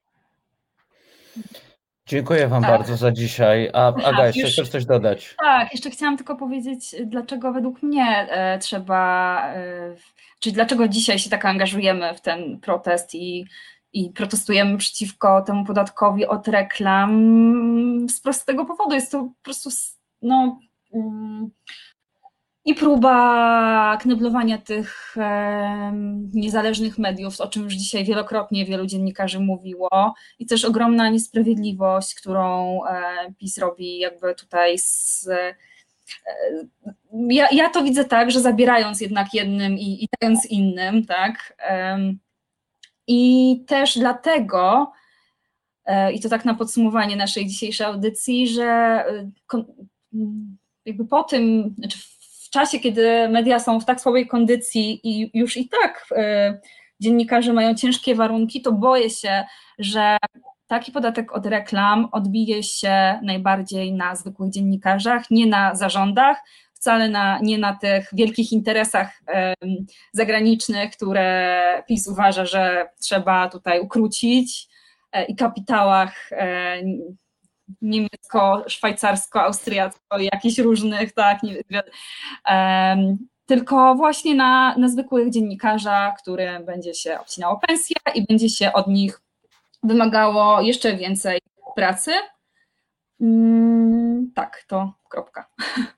Dziękuję Wam bardzo za dzisiaj. Aga, jeszcze chcesz coś dodać? Tak, jeszcze chciałam tylko powiedzieć, dlaczego według mnie czyli dlaczego dzisiaj się tak angażujemy w ten protest i protestujemy przeciwko temu podatkowi od reklam z prostego powodu. Jest to po prostu no, i próba kneblowania tych niezależnych mediów, o czym już dzisiaj wielokrotnie wielu dziennikarzy mówiło, i też ogromna niesprawiedliwość, którą PiS robi jakby tutaj ja to widzę tak, że zabierając jednak jednym i dając innym, tak? I też dlatego, i to tak na podsumowanie naszej dzisiejszej audycji, że jakby po tym, znaczy w czasie, kiedy media są w tak słabej kondycji i już i tak dziennikarze mają ciężkie warunki, to boję się, że taki podatek od reklam odbije się najbardziej na zwykłych dziennikarzach, nie na zarządach, wcale nie na tych wielkich interesach zagranicznych, które PiS uważa, że trzeba tutaj ukrócić, i kapitałach niemiecko, szwajcarsko, austriacko i jakichś różnych, tak, tylko właśnie na zwykłych dziennikarzach, którym będzie się obcinało pensja i będzie się od nich wymagało jeszcze więcej pracy. Tak, to kropka.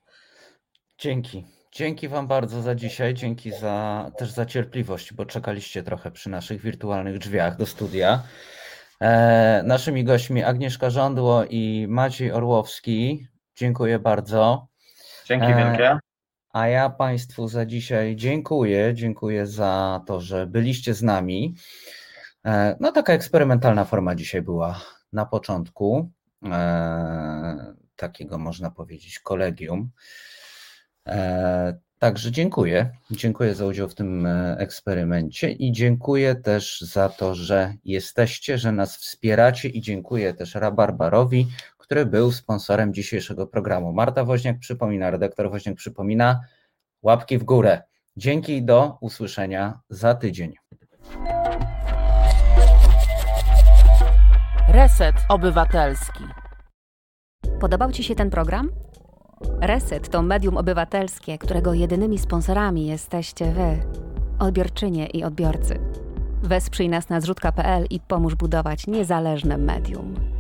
Dzięki Wam bardzo za dzisiaj, dzięki też za cierpliwość, bo czekaliście trochę przy naszych wirtualnych drzwiach do studia. Naszymi gośćmi Agnieszka Żądło i Maciej Orłowski. Dziękuję bardzo. Dzięki wielkie. A ja Państwu za dzisiaj dziękuję za to, że byliście z nami. No taka eksperymentalna forma dzisiaj była na początku, takiego można powiedzieć kolegium. Także dziękuję za udział w tym eksperymencie i dziękuję też za to, że jesteście, że nas wspieracie i dziękuję też Rabarbarowi, który był sponsorem dzisiejszego programu. Marta Woźniak przypomina, redaktor Woźniak przypomina, łapki w górę. Dzięki i do usłyszenia za tydzień. Reset Obywatelski. Podobał Ci się ten program? Reset to medium obywatelskie, którego jedynymi sponsorami jesteście Wy, odbiorczynie i odbiorcy. Wesprzyj nas na zrzutka.pl i pomóż budować niezależne medium.